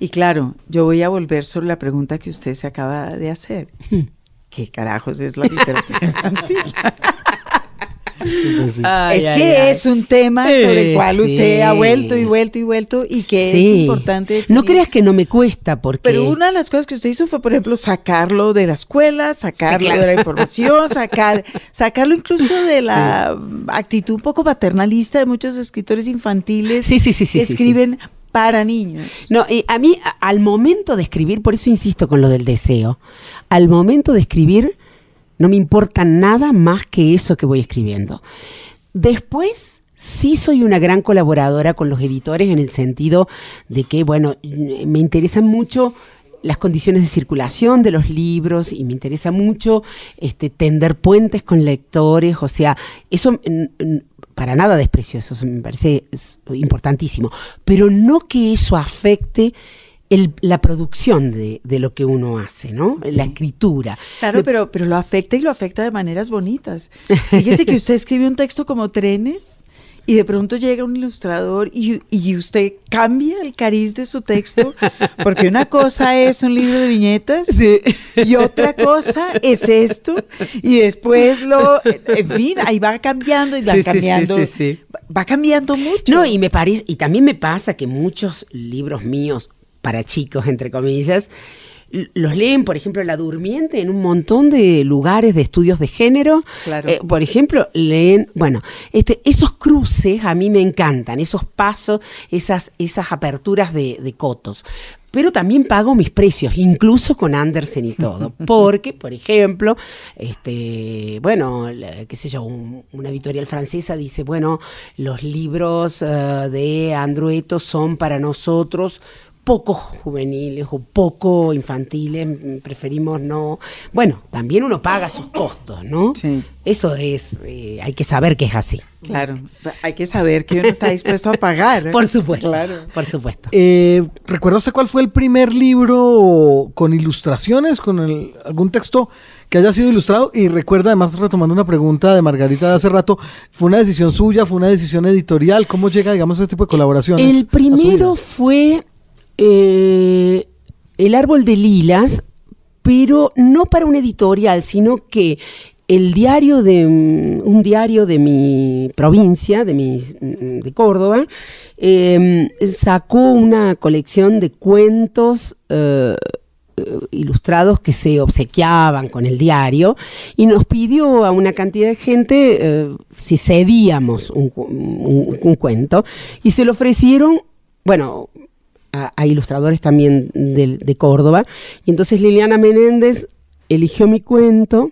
Y claro, yo voy a volver sobre la pregunta que usted se acaba de hacer. ¿Qué carajos es la literatura infantil? Pues sí. Es un tema sobre el cual usted ha vuelto y vuelto y vuelto y que es importante definir. No creas que no me cuesta, porque... Pero una de las cosas que usted hizo fue, por ejemplo, sacarlo de la escuela, sacarlo de la información, sacarlo incluso de la actitud un poco paternalista de muchos escritores infantiles que escriben para niños. No, a mí, al momento de escribir, por eso insisto con lo del deseo, al momento de escribir no me importa nada más que eso que voy escribiendo. Después, sí soy una gran colaboradora con los editores en el sentido de que, bueno, me interesan mucho las condiciones de circulación de los libros y me interesa mucho tender puentes con lectores, o sea, eso para nada desprecio, eso me parece importantísimo, pero no que eso afecte la producción de lo que uno hace, ¿no? La escritura. Claro, pero lo afecta y lo afecta de maneras bonitas. Fíjese que usted escribe un texto como Trenes y de pronto llega un ilustrador y usted cambia el cariz de su texto, porque una cosa es un libro de viñetas y otra cosa es esto, y después en fin, ahí va cambiando y va cambiando. Va cambiando mucho. No, y también me pasa que muchos libros míos para chicos, entre comillas, los leen, por ejemplo, La Durmiente en un montón de lugares de estudios de género. Claro. Por ejemplo, leen, bueno, esos cruces a mí me encantan, esos pasos, esas aperturas de cotos. Pero también pago mis precios, incluso con Andersen y todo. Porque, por ejemplo, bueno, qué sé yo, una editorial francesa dice, bueno, los libros de Andrew Eto son para nosotros poco juveniles o poco infantiles, preferimos no. Bueno, también uno paga sus costos, ¿no? Sí. Eso es, hay que saber que es así. Claro, hay que saber que uno está dispuesto a pagar. Por supuesto, claro. Por supuesto. ¿Recuerda usted cuál fue el primer libro con ilustraciones, con algún texto que haya sido ilustrado? Y recuerda, además, retomando una pregunta de Margarita de hace rato, ¿fue una decisión suya, fue una decisión editorial? ¿Cómo llega, digamos, a este tipo de colaboraciones? El primero fue El árbol de lilas, pero no para una editorial, sino que un diario de mi provincia, de Córdoba, sacó una colección de cuentos ilustrados que se obsequiaban con el diario y nos pidió a una cantidad de gente si cedíamos un cuento, y se lo ofrecieron, bueno, a ilustradores también de Córdoba, y entonces Liliana Menéndez eligió mi cuento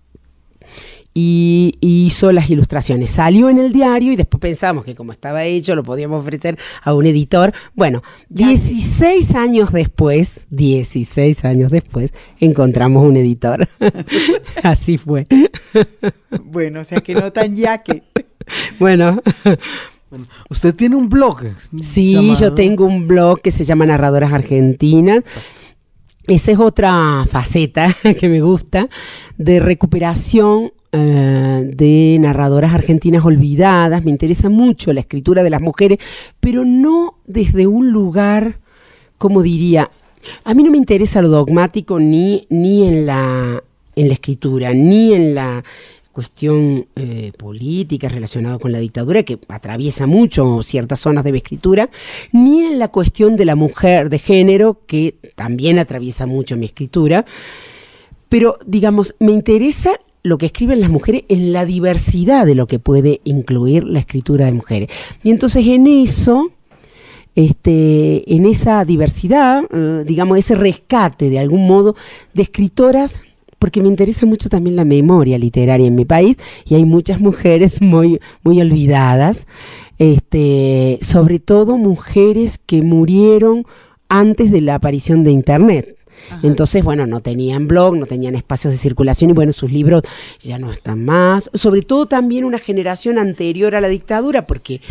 y hizo las ilustraciones. Salió en el diario y después pensamos que como estaba hecho lo podíamos ofrecer a un editor. Bueno, 16 años después encontramos un editor. Así fue. Bueno, o sea que no tan yaque. Bueno, usted tiene un blog. Sí, llamado... yo tengo un blog que se llama Narradoras Argentinas. Exacto. Esa es otra faceta que me gusta, de recuperación de narradoras argentinas olvidadas. Me interesa mucho la escritura de las mujeres, pero no desde un lugar, como diría, a mí no me interesa lo dogmático ni en la escritura, ni en la cuestión política relacionada con la dictadura, que atraviesa mucho ciertas zonas de mi escritura, ni en la cuestión de la mujer de género, que también atraviesa mucho mi escritura, pero digamos, me interesa lo que escriben las mujeres en la diversidad de lo que puede incluir la escritura de mujeres. Y entonces en eso, en esa diversidad, digamos, ese rescate de algún modo de escritoras, porque me interesa mucho también la memoria literaria en mi país, y hay muchas mujeres muy, muy olvidadas, sobre todo mujeres que murieron antes de la aparición de Internet. Ajá. Entonces, bueno, no tenían blog, no tenían espacios de circulación, y bueno, sus libros ya no están más. Sobre todo también una generación anterior a la dictadura, porque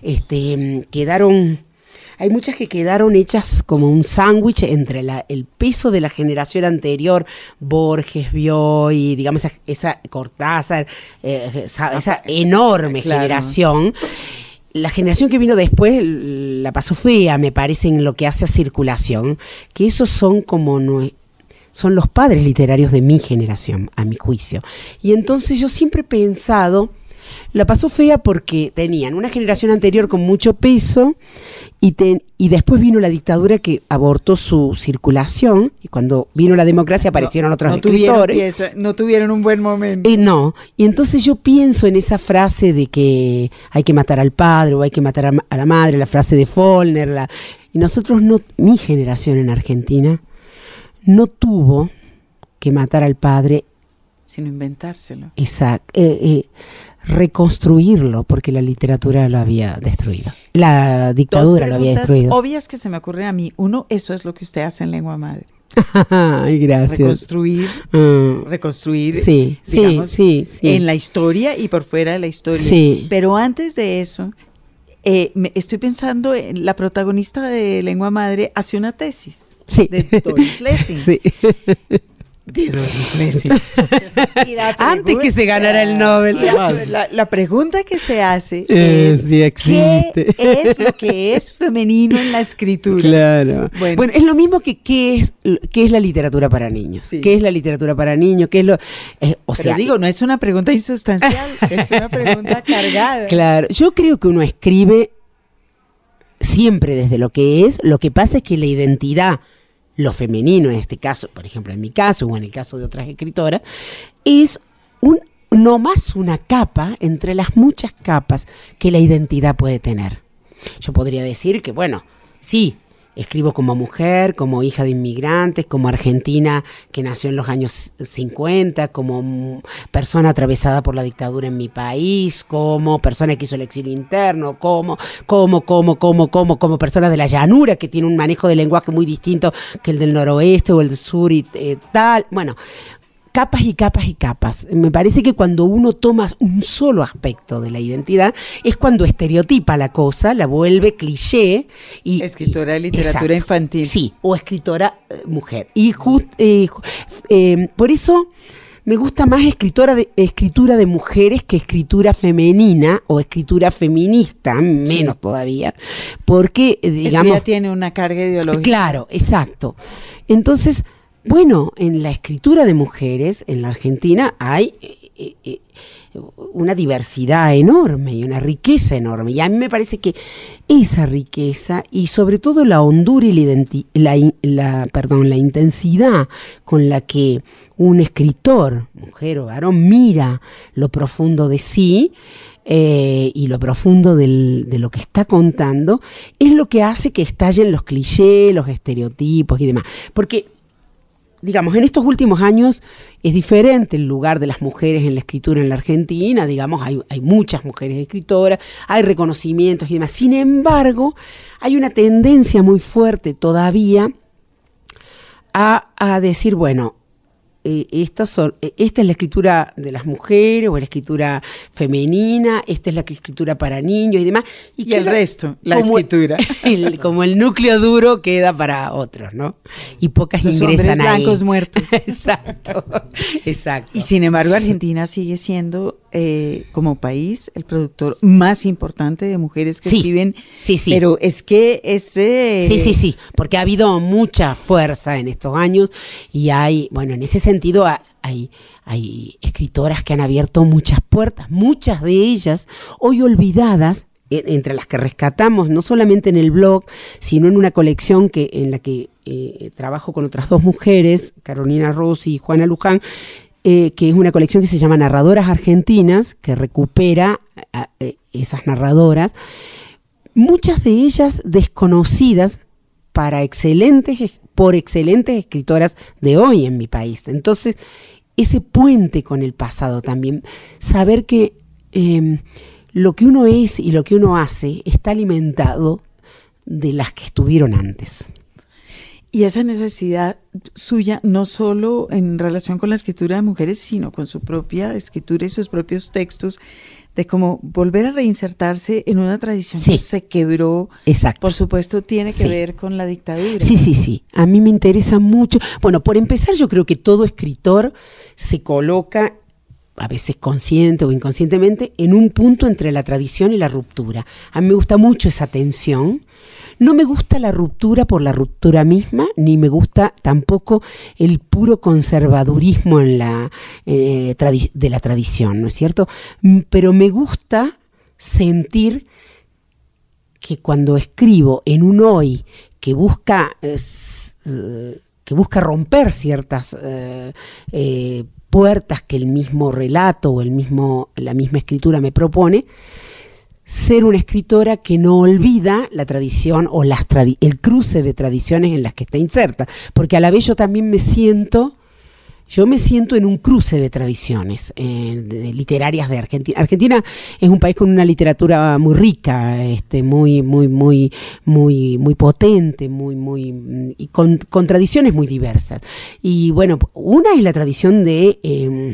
hay muchas que quedaron hechas como un sándwich entre el peso de la generación anterior, Borges, Bioy, digamos, esa Cortázar, esa enorme generación, la generación que vino después la pasó fea, me parece, en lo que hace a circulación, que esos son son los padres literarios de mi generación, a mi juicio. Y entonces yo siempre he pensado, la pasó fea porque tenían una generación anterior con mucho peso y después vino la dictadura que abortó su circulación, y cuando vino la democracia aparecieron otros escritores. No tuvieron un buen momento. No, y entonces yo pienso en esa frase de que hay que matar al padre o hay que matar a la madre, la frase de Follner, y nosotros no, mi generación en Argentina no tuvo que matar al padre, sino inventárselo. Exacto. Reconstruirlo, porque la literatura lo había destruido. La dictadura lo había destruido. Obvias que se me ocurren a mí. Uno, eso es lo que usted hace en Lengua Madre. Ay, gracias. Reconstruir, sí, digamos, sí. En la historia y por fuera de la historia. Sí. Pero antes de eso, estoy pensando en la protagonista de Lengua Madre hace una tesis. Sí. De Doris Lessing. Sí. De Doris Lessing. Antes que se ganara el Nobel. La pregunta que se hace es, sí, existe. ¿qué es lo que es femenino en la escritura? Claro. Bueno, es lo mismo que qué es la literatura para niños. Sí. ¿Qué es la literatura para niños? ¿Qué es lo, Pero digo, no es una pregunta insustancial, es una pregunta cargada. Claro, yo creo que uno escribe siempre desde lo que es. Lo que pasa es que la identidad, lo femenino en este caso, por ejemplo en mi caso o en el caso de otras escritoras, es no más una capa entre las muchas capas que la identidad puede tener. Yo podría decir que, bueno, sí, escribo como mujer, como hija de inmigrantes, como argentina que nació en los años 50, como persona atravesada por la dictadura en mi país, como persona que hizo el exilio interno, como persona de la llanura que tiene un manejo de lenguaje muy distinto que el del noroeste o el del sur y tal. Bueno, capas y capas y capas. Me parece que cuando uno toma un solo aspecto de la identidad es cuando estereotipa la cosa, la vuelve cliché. Escritora de literatura infantil. Sí, o escritora mujer. Y por eso me gusta más escritura de mujeres que escritura femenina o escritura feminista, menos todavía, porque, digamos... Eso ya tiene una carga ideológica. Claro, exacto. Entonces... Bueno, en la escritura de mujeres en la Argentina hay una diversidad enorme y una riqueza enorme. Y a mí me parece que esa riqueza y sobre todo la hondura y la intensidad con la que un escritor, mujer o varón, mira lo profundo de sí y lo profundo de lo que está contando, es lo que hace que estallen los clichés, los estereotipos y demás. Porque... digamos, en estos últimos años es diferente el lugar de las mujeres en la escritura en la Argentina, digamos, hay muchas mujeres escritoras, hay reconocimientos y demás. Sin embargo, hay una tendencia muy fuerte todavía a decir, bueno, esta es la escritura de las mujeres o la escritura femenina, esta es la escritura para niños y demás. Y el resto, la escritura. Como el núcleo duro queda para otros, ¿no? Y pocas los ingresan hombres blancos muertos. Exacto. Y sin embargo, Argentina sigue siendo, como país, el productor más importante de mujeres que escriben. Sí. Pero es que ese... Sí, porque ha habido mucha fuerza en estos años y hay, bueno, en ese sentido hay escritoras que han abierto muchas puertas, muchas de ellas hoy olvidadas, entre las que rescatamos no solamente en el blog, sino en una colección en la que trabajo con otras dos mujeres, Carolina Rossi y Juana Luján, que es una colección que se llama Narradoras Argentinas, que recupera esas narradoras, muchas de ellas desconocidas por excelentes escritoras de hoy en mi país. Entonces, ese puente con el pasado también, saber que lo que uno es y lo que uno hace está alimentado de las que estuvieron antes. Y esa necesidad suya, no solo en relación con la escritura de mujeres, sino con su propia escritura y sus propios textos, de cómo volver a reinsertarse en una tradición que se quebró. Exacto. Por supuesto, tiene que ver con la dictadura. Sí. A mí me interesa mucho. Bueno, por empezar, yo creo que todo escritor se coloca a veces consciente o inconscientemente, en un punto entre la tradición y la ruptura. A mí me gusta mucho esa tensión. No me gusta la ruptura por la ruptura misma, ni me gusta tampoco el puro conservadurismo en de la tradición, ¿no es cierto? Pero me gusta sentir que cuando escribo en un hoy que busca romper ciertas puertas que el mismo relato o la misma escritura me propone, ser una escritora que no olvida la tradición o el cruce de tradiciones en las que está inserta, porque a la vez yo también me siento en un cruce de tradiciones literarias de Argentina. Argentina es un país con una literatura muy rica, muy potente, y con tradiciones muy diversas. Y bueno, una es la tradición de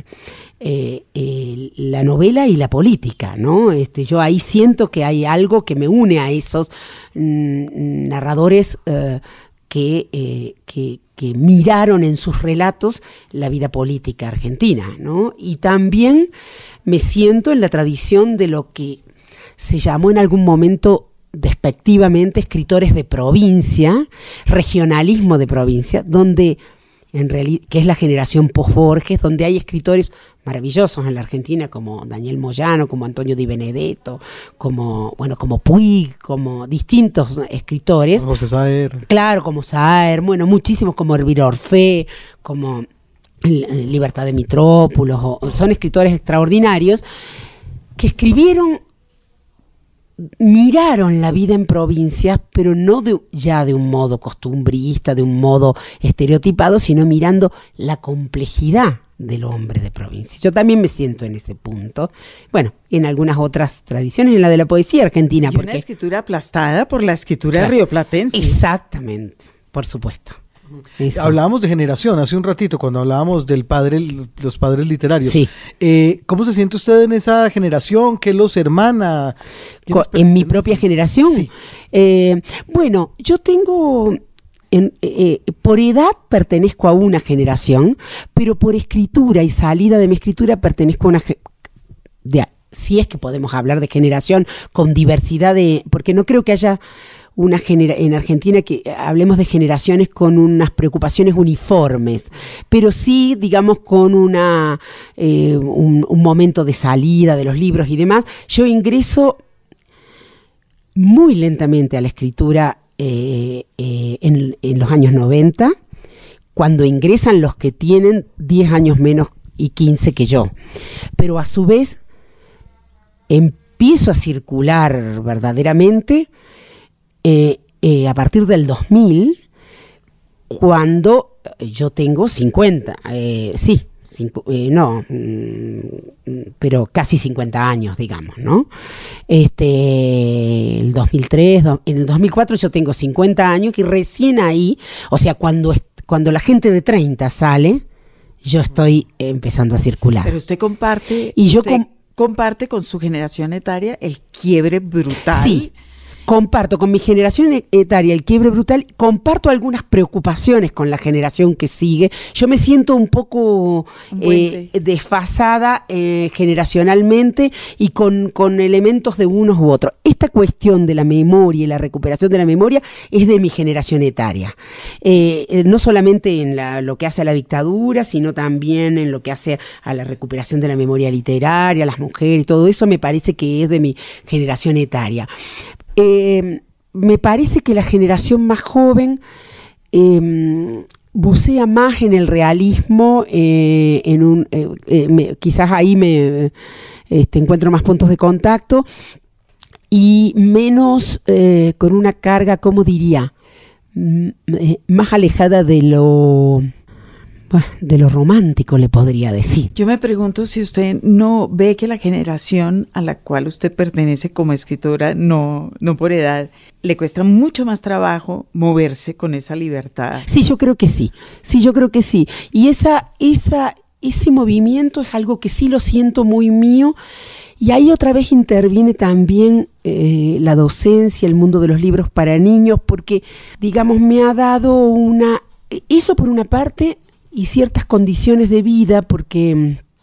la novela y la política, ¿no? Yo ahí siento que hay algo que me une a esos narradores que miraron en sus relatos la vida política argentina, ¿no? Y también me siento en la tradición de lo que se llamó en algún momento despectivamente escritores de provincia, regionalismo de provincia, donde en realidad, que es la generación post-Borges, donde hay escritores maravillosos en la Argentina, como Daniel Moyano, como Antonio Di Benedetto, como Puig, como distintos escritores. José Saer. Claro, como Saer, muchísimos, como Elvira Orfé, como Libertad de Mitrópolos, son escritores extraordinarios que miraron la vida en provincias, pero no ya de un modo costumbrista, de un modo estereotipado, sino mirando la complejidad del hombre de provincia. Yo también me siento en ese punto. Bueno, en algunas otras tradiciones, en la de la poesía argentina. Y una escritura aplastada por la escritura rioplatense. Exactamente, por supuesto. Eso. Hablábamos de generación hace un ratito, cuando hablábamos del los padres literarios. Sí. ¿Cómo se siente usted en esa generación? ¿Qué los hermana? ¿En mi propia generación? Sí. Bueno, yo tengo... por edad pertenezco a una generación, pero por escritura y salida de mi escritura pertenezco a una si es que podemos hablar de generación con diversidad porque no creo que haya en Argentina que hablemos de generaciones con unas preocupaciones uniformes, pero sí, digamos, con un momento de salida de los libros y demás. Yo ingreso muy lentamente a la escritura en los años 90, cuando ingresan los que tienen 10 años menos y 15 que yo. Pero a su vez empiezo a circular verdaderamente a partir del 2000, cuando yo tengo 50, pero casi 50 años, digamos, ¿no? El 2003, en el 2004 yo tengo 50 años y recién ahí, o sea, cuando la gente de 30 sale, yo estoy empezando a circular. Pero usted comparte, comparte con su generación etaria el quiebre brutal. Sí. Comparto con mi generación etaria el quiebre brutal, comparto algunas preocupaciones con la generación que sigue. Yo me siento un poco desfasada generacionalmente y con elementos de unos u otros. Esta cuestión de la memoria y la recuperación de la memoria es de mi generación etaria. No solamente en lo que hace a la dictadura, sino también en lo que hace a la recuperación de la memoria literaria, a las mujeres, todo eso me parece que es de mi generación etaria. Me parece que la generación más joven bucea más en el realismo, quizás ahí me encuentro más puntos de contacto y menos con una carga, ¿cómo diría? Más alejada de lo romántico, le podría decir. Yo me pregunto si usted no ve que la generación a la cual usted pertenece como escritora, no por edad, le cuesta mucho más trabajo moverse con esa libertad. Sí, yo creo que sí. Y ese movimiento es algo que sí lo siento muy mío. Y ahí otra vez interviene también la docencia, el mundo de los libros para niños, porque, digamos, me ha dado eso por una parte, y ciertas condiciones de vida, porque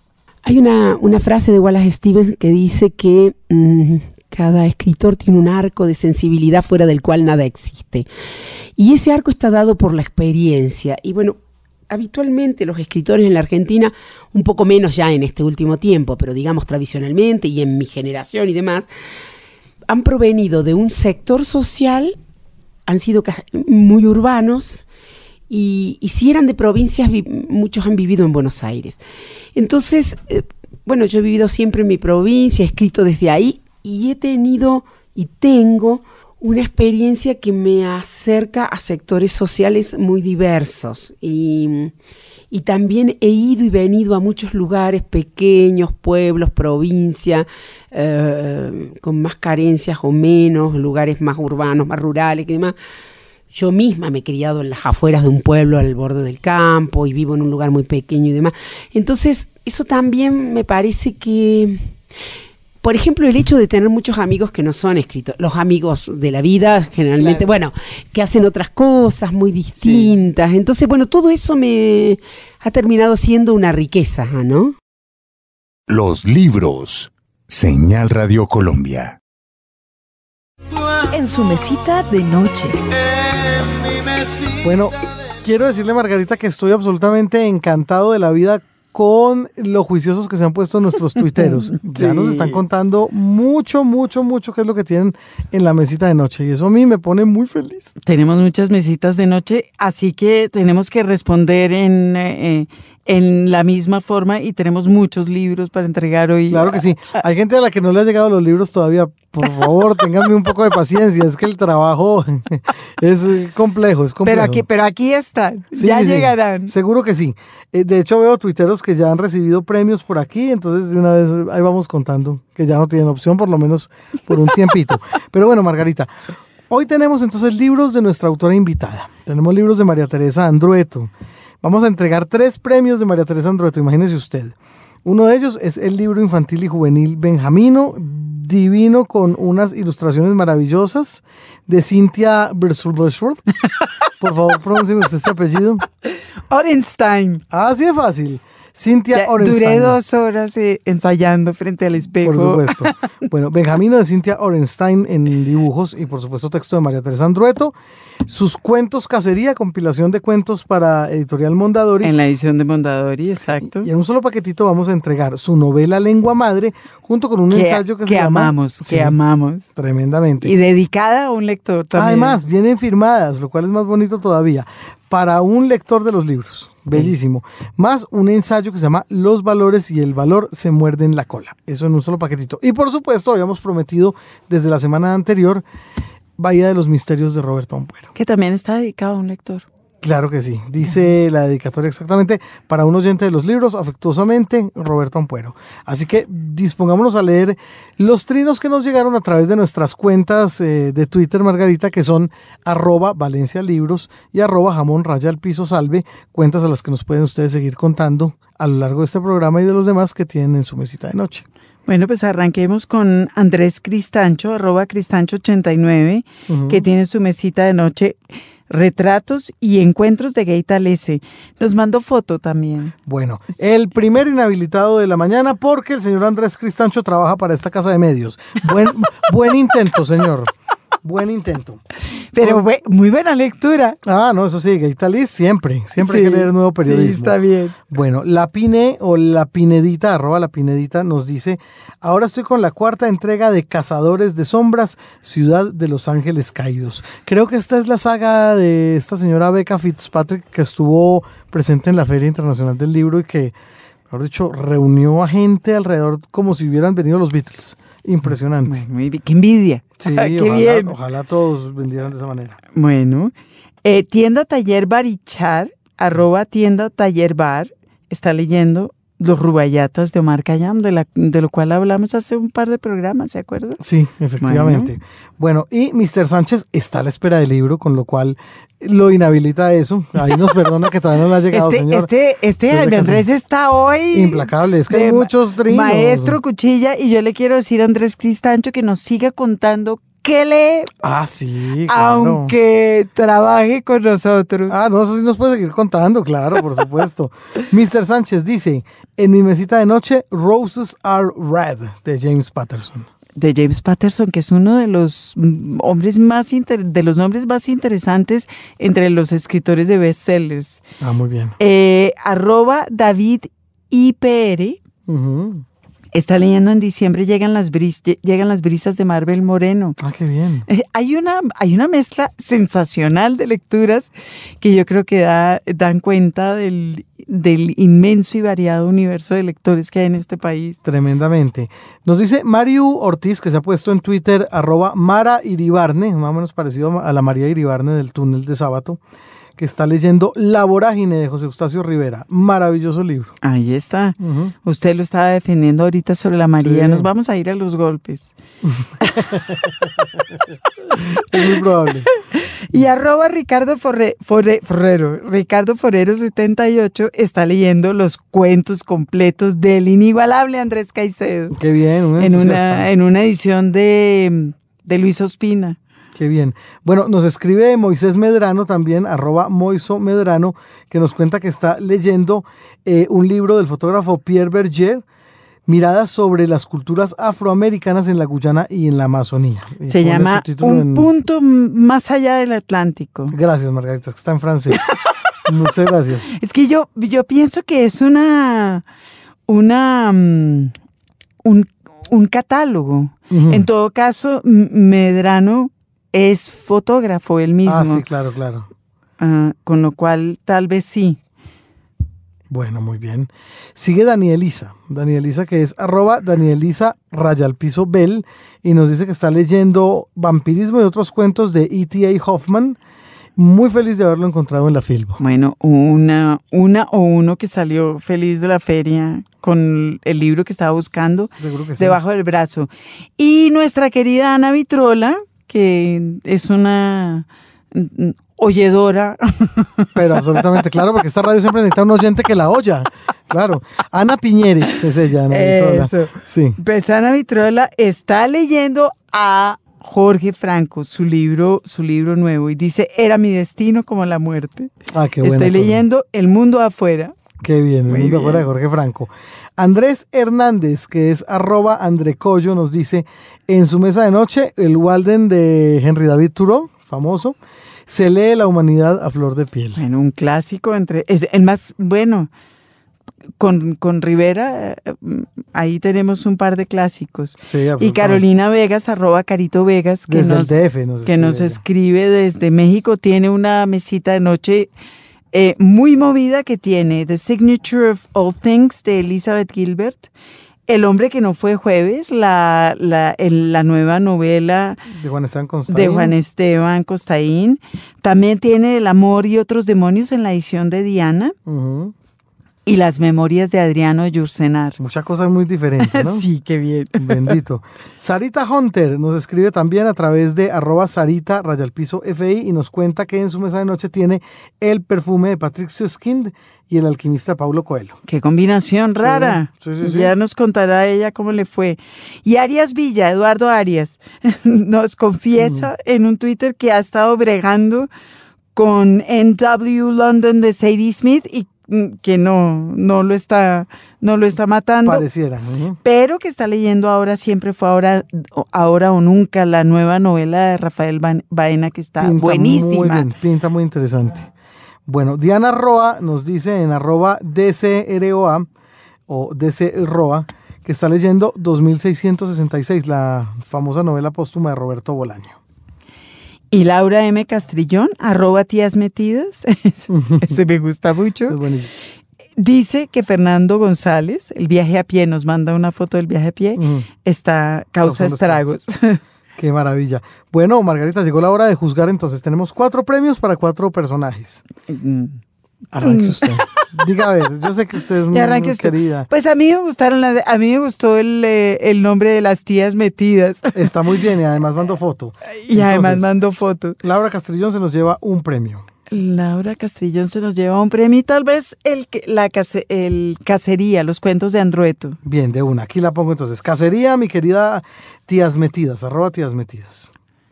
Hay una frase de Wallace Stevens que dice que cada escritor tiene un arco de sensibilidad fuera del cual nada existe. Y ese arco está dado por la experiencia. Y bueno, habitualmente los escritores en la Argentina, un poco menos ya en este último tiempo, pero digamos tradicionalmente y en mi generación y demás, han provenido de un sector social, han sido muy urbanos, y si eran de provincias, muchos han vivido en Buenos Aires. Entonces, bueno, yo he vivido siempre en mi provincia, he escrito desde ahí, y he tenido y tengo una experiencia que me acerca a sectores sociales muy diversos. Y también he ido y venido a muchos lugares pequeños, pueblos, provincias, con más carencias o menos, lugares más urbanos, más rurales y demás. Yo misma me he criado en las afueras de un pueblo al borde del campo y vivo en un lugar muy pequeño y demás. Entonces, eso también me parece que, por ejemplo, el hecho de tener muchos amigos que no son escritores, los amigos de la vida generalmente, bueno, que hacen otras cosas muy distintas. Sí. Entonces, bueno, todo eso me ha terminado siendo una riqueza, ¿no? Los libros. Señal Radio Colombia. En su mesita de noche. Bueno, quiero decirle, Margarita, que estoy absolutamente encantado de la vida con los juiciosos que se han puesto nuestros tuiteros. Ya nos están contando mucho qué es lo que tienen en la mesita de noche, y eso a mí me pone muy feliz. Tenemos muchas mesitas de noche, así que tenemos que responder en la misma forma, y tenemos muchos libros para entregar hoy. Claro que sí. Hay gente a la que no le han llegado los libros todavía. Por favor, ténganme un poco de paciencia. Es que el trabajo es complejo, Pero aquí están. Sí, ya llegarán. Seguro que sí. De hecho, veo tuiteros que ya han recibido premios por aquí, entonces de una vez ahí vamos contando que ya no tienen opción, por lo menos por un tiempito. Pero bueno, Margarita, hoy tenemos entonces libros de nuestra autora invitada. Tenemos libros de María Teresa Andrueto. Vamos a entregar 3 premios de María Teresa Andrueto, imagínese usted. Uno de ellos es el libro infantil y juvenil Benjamino, divino, con unas ilustraciones maravillosas, de Cynthia Bersulbeshworth. Por favor, pronúncieme usted este apellido. Orenstein. Así de fácil. Cynthia Orenstein. Duré 2 horas ensayando frente al espejo. Por supuesto. Bueno, Benjamino de Cynthia Orenstein en dibujos, y por supuesto texto de María Teresa Andrueto. Sus cuentos Cacería, compilación de cuentos para Editorial Mondadori. En la edición de Mondadori, exacto. Y en un solo paquetito vamos a entregar su novela Lengua Madre, junto con un ensayo que se llama... Que amamos. Tremendamente. Y dedicada a un lector también. Además, vienen firmadas, lo cual es más bonito todavía, para un lector de los libros. Bellísimo. Más un ensayo que se llama Los valores y el valor se muerden la cola. Eso en un solo paquetito. Y por supuesto, habíamos prometido desde la semana anterior Bahía de los Misterios de Roberto Ampuero. Que también está dedicado a un lector. Claro que sí. Dice la dedicatoria exactamente: para un oyente de los libros, afectuosamente, Roberto Ampuero. Así que dispongámonos a leer los trinos que nos llegaron a través de nuestras cuentas de Twitter, Margarita, que son @ValenciaLibros y @jamón_al_piso_salve, cuentas a las que nos pueden ustedes seguir contando a lo largo de este programa y de los demás que tienen en su mesita de noche. Bueno, pues arranquemos con Andrés Cristancho, @Cristancho89, que tiene su mesita de noche, retratos y encuentros de Geita Lese. Nos mandó foto también. Bueno, el primer inhabilitado de la mañana, porque el señor Andrés Cristancho trabaja para esta casa de medios. Buen intento, señor. Buen intento. Pero muy buena lectura. Ah, no, eso sí, Geita Lese siempre Sí, hay que leer nuevo periodismo. Sí, está bien. Bueno, la Pine o la Pinedita, @la Pinedita, nos dice: ahora estoy con la 4ª entrega de Cazadores de Sombras, Ciudad de los Ángeles Caídos. Creo que esta es la saga de esta señora Becca Fitzpatrick, que estuvo presente en la Feria Internacional del Libro y que, mejor dicho, reunió a gente alrededor como si hubieran venido los Beatles. Impresionante. Muy bien, qué envidia. Sí, qué bien. Ojalá todos vendieran de esa manera. Bueno, Tienda Taller Barichar, @Tienda Taller Bar, está leyendo Los Rubayatas de Omar Khayyam, de lo cual hablamos hace un par de programas, ¿se acuerdan? Sí, efectivamente. Bueno, y Mr. Sánchez está a la espera del libro, con lo cual lo inhabilita eso. Ahí nos perdona que todavía no le ha llegado, señor. Jaime Andrés está hoy implacable, es que hay muchos trinos. Maestro Cuchilla, y yo le quiero decir a Andrés Cristancho que nos siga contando que lee, Sí, claro. aunque trabaje con nosotros. No, eso sí nos puede seguir contando, claro, por supuesto. Mr. Sánchez dice, en mi mesita de noche, Roses Are Red, de James Patterson. De James Patterson, que es uno de los hombres de los nombres más interesantes entre los escritores de bestsellers. Muy bien. @David IPR está leyendo En diciembre llegan las brisas de Marvel Moreno. Qué bien. Hay una mezcla sensacional de lecturas que yo creo que dan cuenta del inmenso y variado universo de lectores que hay en este país. Tremendamente. Nos dice Mariu Ortiz, que se ha puesto en Twitter, @Mara Iribarne, más o menos parecido a la María Iribarne del túnel de Sábato, que está leyendo La vorágine de José Eustacio Rivera. Maravilloso libro. Ahí está. Usted lo estaba defendiendo ahorita sobre la María. Sí. Nos vamos a ir a los golpes. Es muy probable. Y @Ricardo Forrero, Ricardo Forero 78, está leyendo los cuentos completos del inigualable Andrés Caicedo. Qué bien, en una edición de Luis Ospina. Qué bien. Bueno, nos escribe Moisés Medrano también, @Moiso Medrano, que nos cuenta que está leyendo un libro del fotógrafo Pierre Berger, Miradas sobre las culturas afroamericanas en la Guyana y en la Amazonía. Se llama punto más allá del Atlántico. Gracias, Margarita, es que está en francés. Muchas gracias. Es que yo pienso que es un catálogo. En todo caso, Medrano es fotógrafo él mismo. Sí, claro. Con lo cual, tal vez sí. Bueno, muy bien. Sigue Danielisa, que es @Danielisa_Bell, y nos dice que está leyendo Vampirismo y otros cuentos de E.T.A. Hoffman. Muy feliz de haberlo encontrado en la Filbo. Bueno, uno que salió feliz de la feria con el libro que estaba buscando. Seguro que sí. Debajo del brazo. Y nuestra querida Ana Vitrola, que es una oyedora. Pero absolutamente, claro, porque esta radio siempre necesita un oyente que la oya. Claro. Ana Piñeres es ella, Ana Vitrola. Eso. Sí. Pues Ana Vitrola está leyendo a Jorge Franco, su libro nuevo, y dice, era mi destino como la muerte. Qué bueno. Estoy leyendo El mundo afuera. Qué bien, El mundo afuera de Jorge Franco. Andrés Hernández, que es @Andrecollo, nos dice, en su mesa de noche, el Walden de Henry David Thoreau, famoso, se lee La humanidad a flor de piel. Bueno, un clásico es el más bueno. Con Rivera, ahí tenemos un par de clásicos. Sí, y Carolina Vegas, @Carito Vegas, que nos escribe desde México, tiene una mesita de noche muy movida que tiene The Signature of All Things de Elizabeth Gilbert, El hombre que no fue jueves, la nueva novela de Juan Esteban Costaín. También tiene El amor y otros demonios en la edición de Diana. Y Las memorias de Adriano Yursenar. Muchas cosas muy diferentes, ¿no? Sí, qué bien. Bendito. Sarita Hunter nos escribe también a través de @Sarita_FI y nos cuenta que en su mesa de noche tiene El perfume de Patrick Süskind y El alquimista de Paulo Coelho. Qué combinación rara. Sí. Ya nos contará ella cómo le fue. Y Arias Villa, Eduardo Arias, nos confiesa en un Twitter que ha estado bregando con NW London de Sadie Smith y que no lo está matando. Pareciera. Pero que está leyendo Ahora siempre fue ahora o nunca, la nueva novela de Rafael Baena, que está buenísima. Muy bien, pinta muy interesante. Bueno, Diana Roa nos dice en @DCROA o DCROA que está leyendo 2666, la famosa novela póstuma de Roberto Bolaño. Y Laura M. Castrillón, @tíasmetidas, ese me gusta mucho. Es buenísimo. Dice que Fernando González, el viaje a pie, nos manda una foto del viaje a pie, causa estragos. Qué maravilla. Bueno, Margarita, llegó la hora de juzgar, entonces tenemos 4 premios para 4 personajes. Arranque usted. Diga, a ver, yo sé que usted es muy querida. Pues a mí me gustó el nombre de Las tías metidas. Está muy bien y además mandó foto. Laura Castrillón se nos lleva un premio. Laura Castrillón se nos lleva un premio y tal vez el Cacería, los cuentos de Andrueto. Bien, de una. Aquí la pongo entonces. Cacería, mi querida Tías Metidas, @Tías Metidas.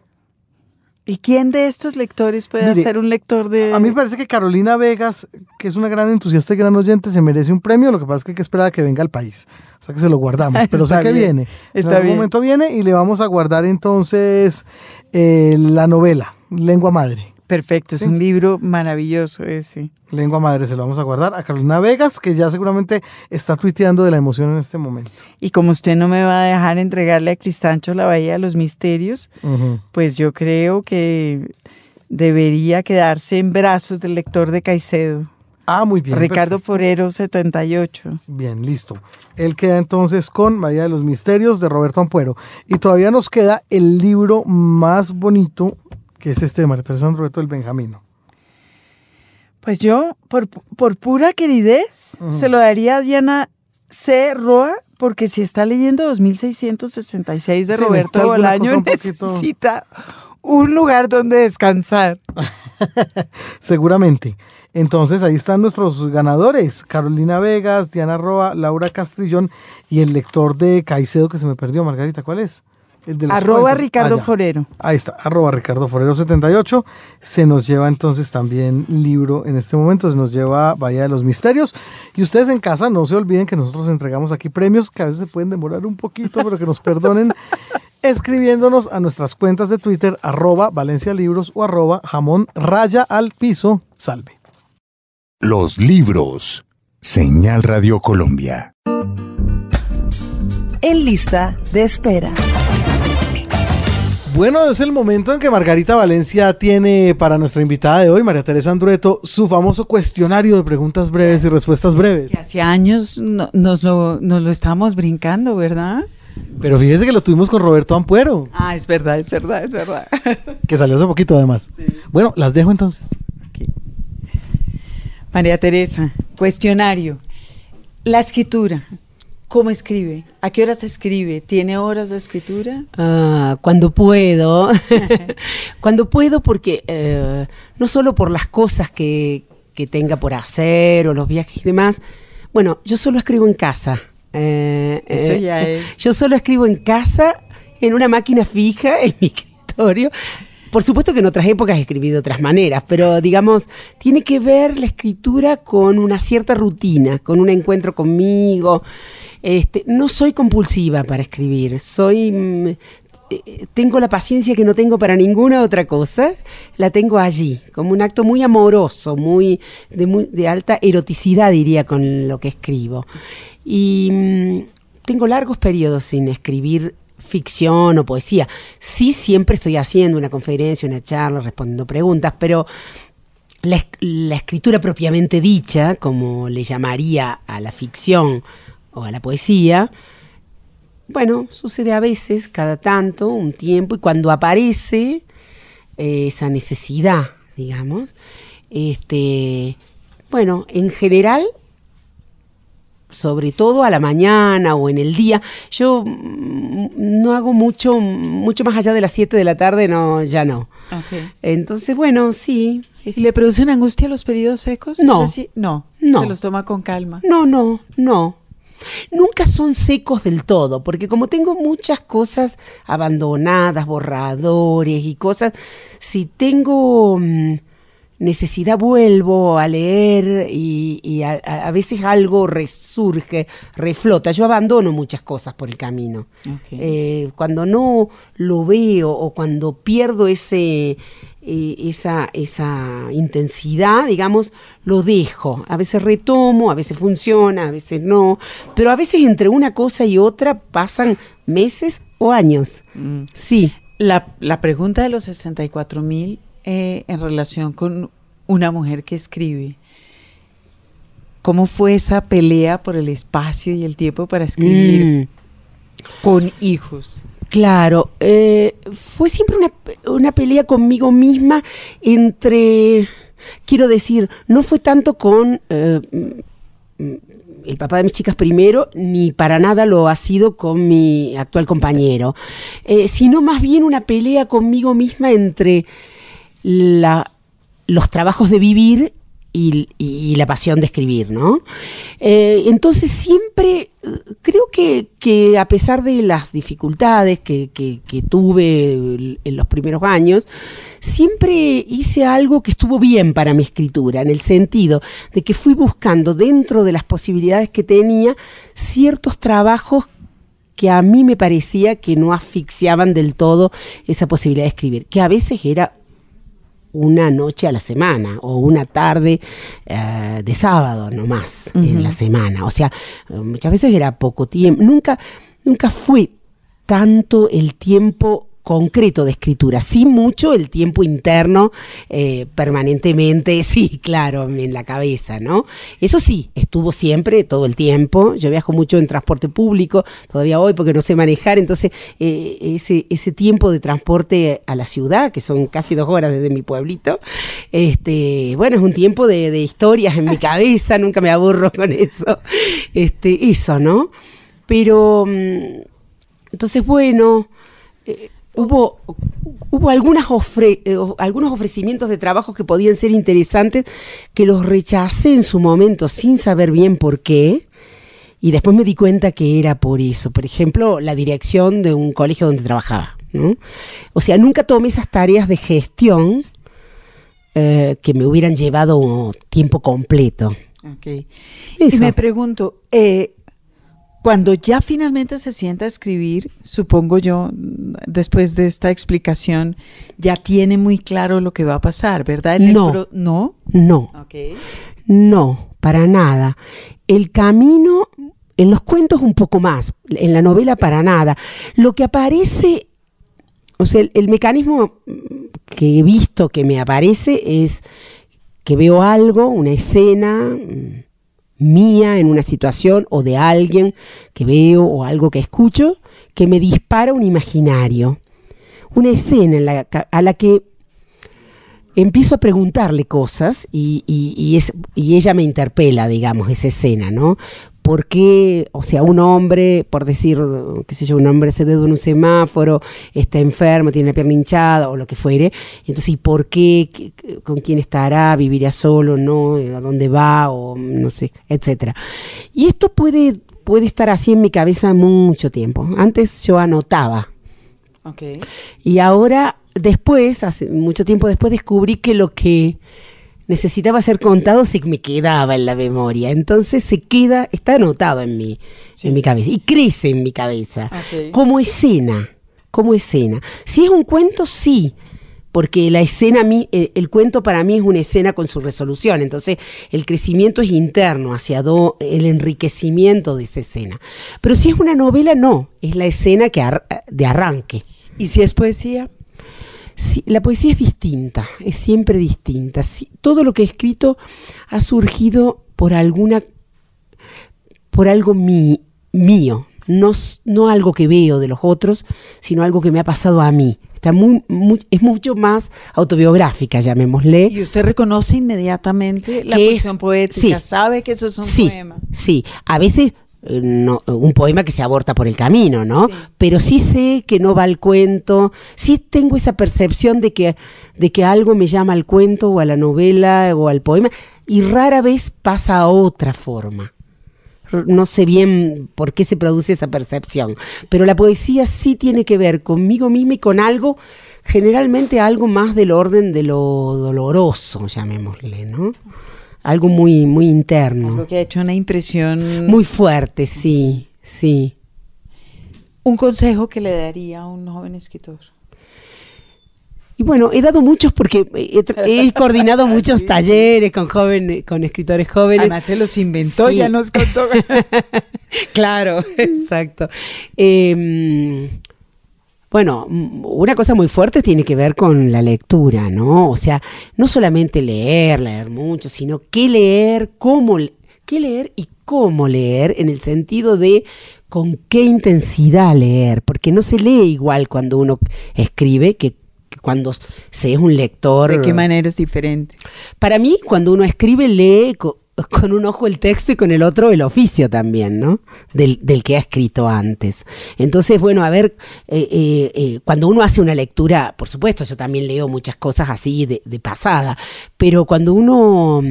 ¿Y quién de estos lectores puede Mire, ser un lector de...? A mí me parece que Carolina Vegas, que es una gran entusiasta y gran oyente, se merece un premio. Lo que pasa es que hay que esperar a que venga al país. O sea que se lo guardamos, pero sé Está que bien, viene. está En algún bien. momento viene y le vamos a guardar entonces la novela, Lengua Madre. Perfecto, Sí. es un libro maravilloso ese. Lengua Madre, se lo vamos a guardar a Carolina Vegas, que ya seguramente está tuiteando de la emoción en este momento. Y como usted no me va a dejar entregarle a Cristancho La Bahía de los Misterios, pues yo creo que debería quedarse en brazos del lector de Caicedo, Ah, muy bien. Ricardo perfecto. Forero 78. Bien, listo. Él queda entonces con Bahía de los Misterios de Roberto Ampuero. Y todavía nos queda el libro más bonito, que es este de María Teresa Andrueto, El Benjamino. Pues yo, por pura queridez, se lo daría a Diana C. Roa, porque si está leyendo 2666 de Sí, Roberto necesita alguna Bolaño, cosa un poquito- necesita un lugar donde descansar. Seguramente. Entonces ahí están nuestros ganadores: Carolina Vegas, Diana Roa, Laura Castrillón y el lector de Caicedo que se me perdió, Margarita, ¿cuál es? El de los Arroba cuentos. Ricardo Ya. Forero. Ahí está, arroba Ricardo Forero 78. Se nos lleva entonces también libro en este momento, se nos lleva Bahía de los Misterios. Y ustedes en casa no se olviden que nosotros entregamos aquí premios que a veces se pueden demorar un poquito, pero que nos perdonen, escribiéndonos a nuestras cuentas de Twitter, arroba Valencia Libros o arroba jamón raya al piso salve. Los libros. Señal Radio Colombia. En lista de espera. Bueno, es el momento en que Margarita Valencia tiene para nuestra invitada de hoy, María Teresa Andrueto, su famoso cuestionario de preguntas breves y respuestas breves. Que hace años nos lo estábamos brincando, ¿verdad? Pero fíjese que lo tuvimos con Roberto Ampuero, Ah, es verdad, es verdad, es verdad. que salió hace poquito además. Bueno, las dejo entonces. Ok. María Teresa, cuestionario. La escritura, ¿cómo escribe? ¿A qué horas escribe? ¿Tiene horas de escritura? Cuando puedo, cuando puedo porque no solo por las cosas que tenga por hacer o los viajes y demás, bueno, yo solo escribo en casa. Eso ya es. Yo solo escribo en casa, en una máquina fija, en mi escritorio. Por supuesto que en otras épocas escribí de otras maneras, pero digamos, tiene que ver la escritura con una cierta rutina, con un encuentro conmigo. No soy compulsiva para escribir, tengo la paciencia que no tengo para ninguna otra cosa, la tengo allí, como un acto muy amoroso, muy de alta eroticidad, diría, con lo que escribo. Y tengo largos periodos sin escribir ficción o poesía. Sí, siempre estoy haciendo una conferencia, una charla, respondiendo preguntas, pero la escritura propiamente dicha, como le llamaría a la ficción o a la poesía, bueno, sucede a veces, cada tanto, un tiempo, y cuando aparece esa necesidad, digamos, bueno, en general, sobre todo a la mañana o en el día, yo no hago mucho más allá de las 7 de la tarde, no, ya no. Okay. Entonces, bueno, sí. ¿Y le producen angustia los periodos secos? No. ¿Es así? No. No. Se los toma con calma. No. Nunca son secos del todo, porque como tengo muchas cosas abandonadas, borradores y cosas, si tengo necesidad vuelvo a leer y a veces algo resurge, reflota. Yo abandono muchas cosas por el camino. Okay. Cuando no lo veo o cuando pierdo esa intensidad, digamos, lo dejo. A veces retomo, a veces funciona, a veces no, pero a veces entre una cosa y otra pasan meses o años. Sí. La pregunta de los 64,000 en relación con una mujer que escribe, ¿cómo fue esa pelea por el espacio y el tiempo para escribir con hijos? Claro, fue siempre una pelea conmigo misma quiero decir, no fue tanto con el papá de mis chicas primero, ni para nada lo ha sido con mi actual compañero, sino más bien una pelea conmigo misma entre los trabajos de vivir y la pasión de escribir, ¿no? Entonces siempre creo que a pesar de las dificultades que tuve en los primeros años, siempre hice algo que estuvo bien para mi escritura, en el sentido de que fui buscando dentro de las posibilidades que tenía ciertos trabajos que a mí me parecía que no asfixiaban del todo esa posibilidad de escribir, que a veces era una noche a la semana o una tarde de sábado nomás en la semana. O sea, muchas veces era poco tiempo. Nunca fue tanto el tiempo concreto de escritura, sí mucho el tiempo interno permanentemente, sí, claro, en la cabeza, ¿no? Eso sí, estuvo siempre, todo el tiempo. Yo viajo mucho en transporte público, todavía hoy porque no sé manejar, entonces ese tiempo de transporte a la ciudad, que son casi 2 horas desde mi pueblito, bueno, es un tiempo de historias en mi cabeza, nunca me aburro con eso, eso, ¿no? Pero, entonces, bueno... Hubo algunos ofrecimientos de trabajo que podían ser interesantes, que los rechacé en su momento sin saber bien por qué, y después me di cuenta que era por eso. Por ejemplo, la dirección de un colegio donde trabajaba, ¿no? O sea, nunca tomé esas tareas de gestión que me hubieran llevado tiempo completo. Okay. Eso. Y me pregunto, cuando ya finalmente se sienta a escribir, supongo yo, después de esta explicación, ya tiene muy claro lo que va a pasar, ¿verdad? No. ¿No? Okay. No, para nada. El camino, en los cuentos un poco más, en la novela para nada. Lo que aparece, o sea, el mecanismo que he visto que me aparece es que veo algo, una escena mía en una situación o de alguien que veo o algo que escucho que me dispara un imaginario, una escena a la que empiezo a preguntarle cosas y ella me interpela, digamos, esa escena, ¿no? ¿Por qué, o sea, un hombre, por decir, qué sé yo, un hombre se dedo en un semáforo, está enfermo, tiene la pierna hinchada o lo que fuere, y entonces, ¿y por qué? ¿Con quién estará? ¿Vivirá solo? ¿No? ¿A dónde va? O no sé, etcétera. Y esto puede estar así en mi cabeza mucho tiempo. Antes yo anotaba. Okay. Y ahora, después, hace mucho tiempo después, descubrí que lo que necesitaba ser contado se me quedaba en la memoria, entonces está anotado en mi cabeza y crece en mi cabeza, como escena. Si es un cuento, sí, porque la escena el cuento para mí es una escena con su resolución, entonces el crecimiento es interno hacia el enriquecimiento de esa escena. Pero si es una novela, no, es la escena de arranque. ¿Y si es poesía? Sí, la poesía es distinta, es siempre distinta. Sí, todo lo que he escrito ha surgido por algo mío, no algo que veo de los otros, sino algo que me ha pasado a mí. Es mucho más autobiográfica, llamémosle. ¿Y usted reconoce inmediatamente la cuestión poética? Sí, ¿Sabe que eso es un poema? Sí, a veces... No, un poema que se aborta por el camino, ¿no? Sí. Pero sí sé que no va al cuento, sí tengo esa percepción de que algo me llama al cuento o a la novela o al poema, y rara vez pasa a otra forma. No sé bien por qué se produce esa percepción, pero la poesía sí tiene que ver conmigo misma y con algo, generalmente algo más del orden de lo doloroso, llamémosle, ¿no? Algo muy, muy interno. Algo que ha hecho una impresión... muy fuerte, sí. ¿Un consejo que le daría a un joven escritor? Y bueno, he dado muchos porque he coordinado muchos talleres con escritores jóvenes. Además se los inventó, ya nos contó. Claro, exacto. Bueno, una cosa muy fuerte tiene que ver con la lectura, ¿no? O sea, no solamente leer mucho, sino qué leer y cómo leer, en el sentido de con qué intensidad leer, porque no se lee igual cuando uno escribe que cuando se es un lector. ¿De qué manera es diferente? Para mí, cuando uno escribe, lee con un ojo el texto y con el otro el oficio también, ¿no? Del que ha escrito antes. Entonces, bueno, a ver, cuando uno hace una lectura, por supuesto, yo también leo muchas cosas así de pasada, pero cuando uno,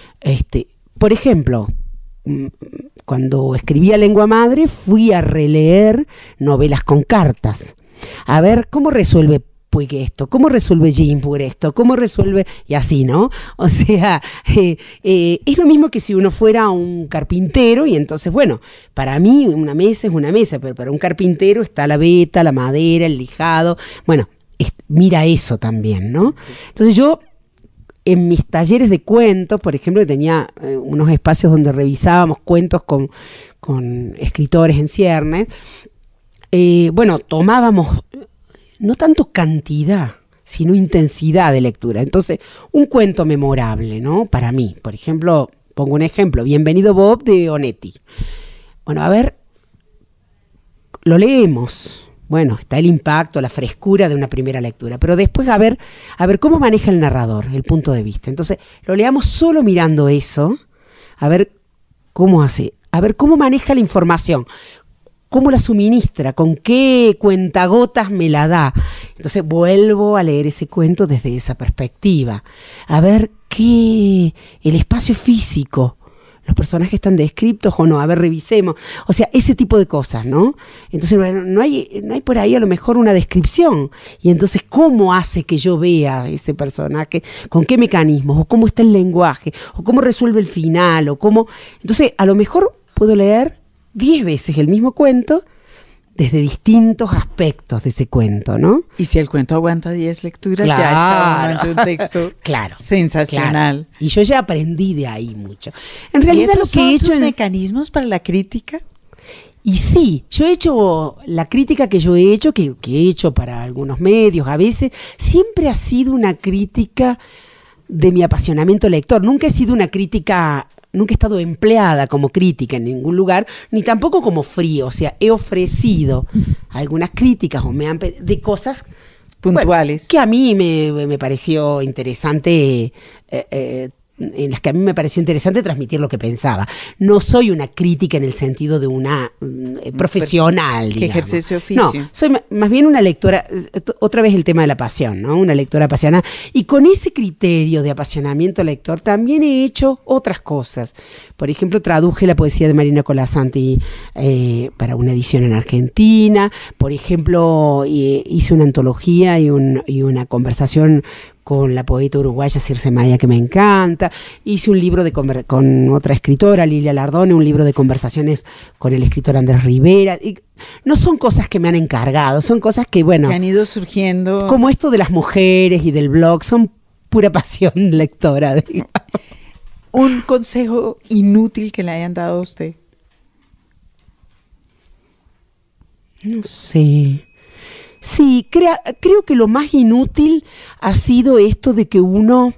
por ejemplo, cuando escribía Lengua Madre, fui a releer novelas con cartas. A ver, ¿cómo resuelve Puig esto? ¿Cómo resuelve Ginsburg esto? ¿Cómo resuelve? Y así, ¿no? O sea, es lo mismo que si uno fuera un carpintero y entonces, bueno, para mí una mesa es una mesa, pero para un carpintero está la veta, la madera, el lijado. Bueno, mira eso también, ¿no? Entonces yo, en mis talleres de cuentos, por ejemplo, tenía unos espacios donde revisábamos cuentos con escritores en ciernes, bueno, tomábamos no tanto cantidad, sino intensidad de lectura. Entonces, un cuento memorable, ¿no? Para mí, por ejemplo, pongo un ejemplo, Bienvenido Bob de Onetti. Bueno, a ver, lo leemos. Bueno, está el impacto, la frescura de una primera lectura, pero después a ver cómo maneja el narrador, el punto de vista. Entonces, lo leamos solo mirando eso, a ver cómo hace, a ver cómo maneja la información, cómo la suministra, con qué cuentagotas me la da. Entonces vuelvo a leer ese cuento desde esa perspectiva, a ver qué el espacio físico, los personajes están descritos o no, a ver, revisemos, o sea, ese tipo de cosas, ¿no? Entonces, bueno, no hay por ahí a lo mejor una descripción, y entonces, ¿cómo hace que yo vea ese personaje? ¿Con qué mecanismos? ¿O cómo está el lenguaje? ¿O cómo resuelve el final? ¿O cómo? Entonces, a lo mejor puedo leer 10 veces el mismo cuento desde distintos aspectos de ese cuento, ¿no? Y si el cuento aguanta 10 lecturas, Claro. ya está armando un texto Claro, sensacional. claro. Y yo ya aprendí de ahí mucho. En ¿Y realidad esos lo que he son hecho sus mecanismos para la crítica? Y sí, yo he hecho la crítica que yo he hecho, que he hecho para algunos medios a veces, siempre ha sido una crítica de mi apasionamiento lector. Nunca he sido una crítica, nunca he estado empleada como crítica en ningún lugar, ni tampoco como frío. O sea, he ofrecido algunas críticas o me han de cosas Puntuales. bueno, que a mí me pareció interesante, en las que a mí me pareció interesante transmitir lo que pensaba. No soy una crítica en el sentido de una profesional, que digamos. ejerce ese oficio. No, soy más bien una lectora, otra vez el tema de la pasión, ¿no? Una lectora apasionada. Y con ese criterio de apasionamiento lector también he hecho otras cosas. Por ejemplo, traduje la poesía de Marina Colasanti para una edición en Argentina. Por ejemplo, hice una antología y una conversación con la poeta uruguaya Circe Maya, que me encanta. Hice un libro con otra escritora, Lilia Lardone, un libro de conversaciones con el escritor Andrés Rivera. Y no son cosas que me han encargado, son cosas que, bueno, que han ido surgiendo. como esto de las mujeres y del blog, son pura pasión lectora, digamos. Un consejo inútil que le hayan dado a usted. No sé. Sí, creo que lo más inútil ha sido esto de que uno,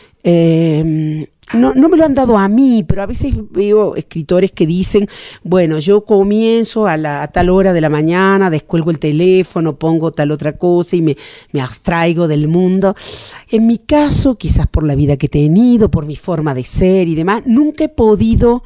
no me lo han dado a mí, pero a veces veo escritores que dicen, bueno, yo comienzo a tal hora de la mañana, descuelgo el teléfono, pongo tal otra cosa y me abstraigo del mundo. En mi caso, quizás por la vida que he tenido, por mi forma de ser y demás, nunca he podido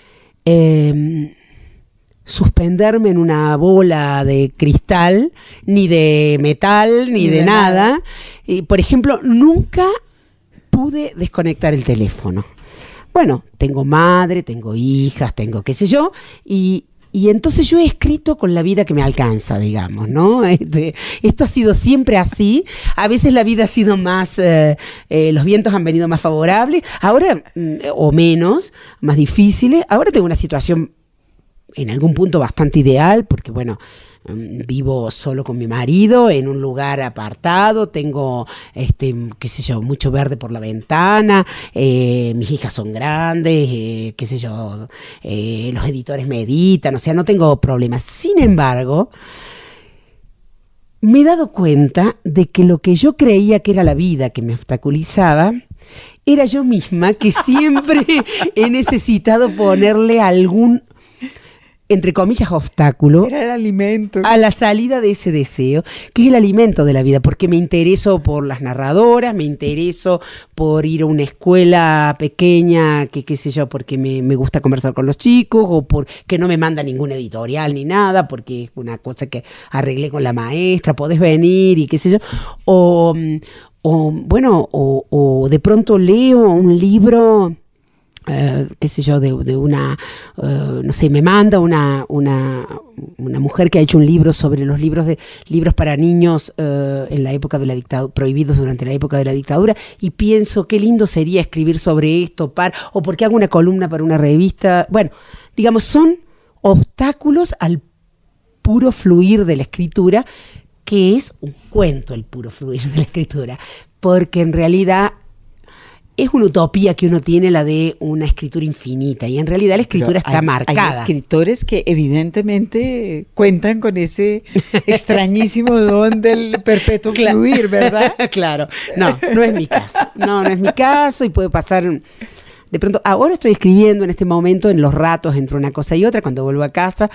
suspenderme en una bola de cristal, ni de metal, ni de nada. Y, por ejemplo, nunca pude desconectar el teléfono. Bueno, tengo madre, tengo hijas, tengo qué sé yo, y entonces yo he escrito con la vida que me alcanza, digamos, ¿no? Esto ha sido siempre así. A veces la vida ha sido más, los vientos han venido más favorables, ahora, o menos, más difíciles. Ahora tengo una situación en algún punto bastante ideal, porque bueno, vivo solo con mi marido en un lugar apartado, tengo, qué sé yo, mucho verde por la ventana, mis hijas son grandes, qué sé yo, los editores me editan, o sea, no tengo problemas. Sin embargo, me he dado cuenta de que lo que yo creía que era la vida que me obstaculizaba, era yo misma, que siempre he necesitado ponerle algún entre comillas, obstáculo Era el alimento. a la salida de ese deseo, que es el alimento de la vida, porque me intereso por las narradoras, me intereso por ir a una escuela pequeña, que qué sé yo, porque me gusta conversar con los chicos, o porque no me manda ninguna editorial ni nada, porque es una cosa que arreglé con la maestra, podés venir y qué sé yo, o bueno, o de pronto leo un libro, qué sé yo, de una, no sé, me manda una mujer que ha hecho un libro sobre los libros para niños en la época de la dictadura, prohibidos durante la época de la dictadura, y pienso qué lindo sería escribir sobre esto, o porque hago una columna para una revista. Bueno, digamos, son obstáculos al puro fluir de la escritura, que es un cuento el puro fluir de la escritura, porque en realidad es una utopía que uno tiene, la de una escritura infinita, y en realidad la escritura está marcada. Hay escritores que evidentemente cuentan con ese extrañísimo don del perpetuo fluir, ¿verdad? Claro, no es mi caso. No es mi caso, y puede pasar. De pronto, ahora estoy escribiendo en este momento, en los ratos entre una cosa y otra, cuando vuelvo a casa,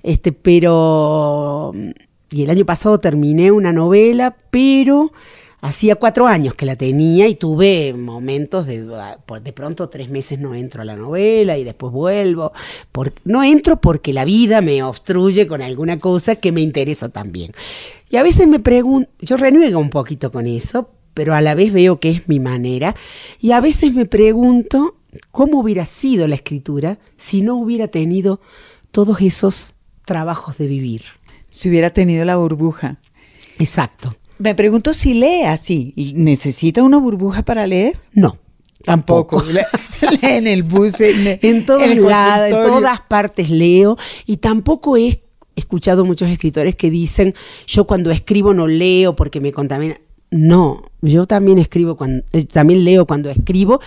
pero... Y el año pasado terminé una novela, pero hacía 4 años que la tenía, y tuve momentos de pronto 3 meses no entro a la novela y después vuelvo. No entro porque la vida me obstruye con alguna cosa que me interesa también. Y a veces me pregunto, yo renuego un poquito con eso, pero a la vez veo que es mi manera, y a veces me pregunto cómo hubiera sido la escritura si no hubiera tenido todos esos trabajos de vivir. Si hubiera tenido la burbuja. Exacto. Me pregunto si lee así. ¿Necesita una burbuja para leer? No, tampoco. Lee en el bus, en todos lados, en todas partes leo, y tampoco he escuchado muchos escritores que dicen, yo cuando escribo no leo porque me contamina. No, yo también también leo cuando escribo,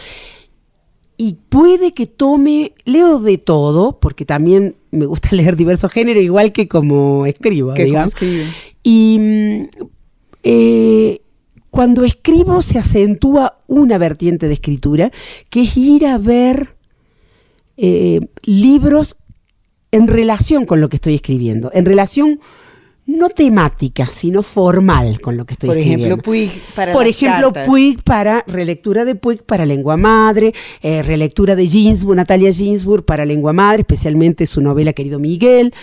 y puede que leo de todo, porque también me gusta leer diversos géneros, igual que como escribo, digamos. Y cuando escribo se acentúa una vertiente de escritura, que es ir a ver libros en relación con lo que estoy escribiendo, en relación no temática, sino formal con lo que estoy escribiendo. Por ejemplo, Puig para relectura de Puig para lengua madre, relectura de Ginsburg, Natalia Ginsburg para lengua madre, especialmente su novela Querido Miguel,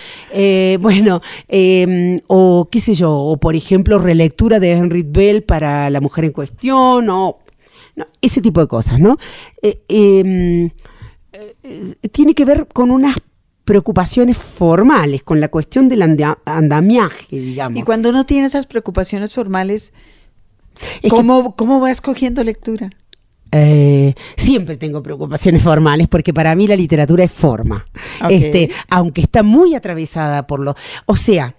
o qué sé yo, o por ejemplo relectura de Henry Bell para La mujer en cuestión, ese tipo de cosas, ¿no? Tiene que ver con unas preocupaciones formales, con la cuestión del andamiaje, digamos. Y cuando uno tiene esas preocupaciones formales, ¿cómo va escogiendo lectura? Siempre tengo preocupaciones formales, porque para mí la literatura es forma. Okay. Aunque está muy atravesada por o sea,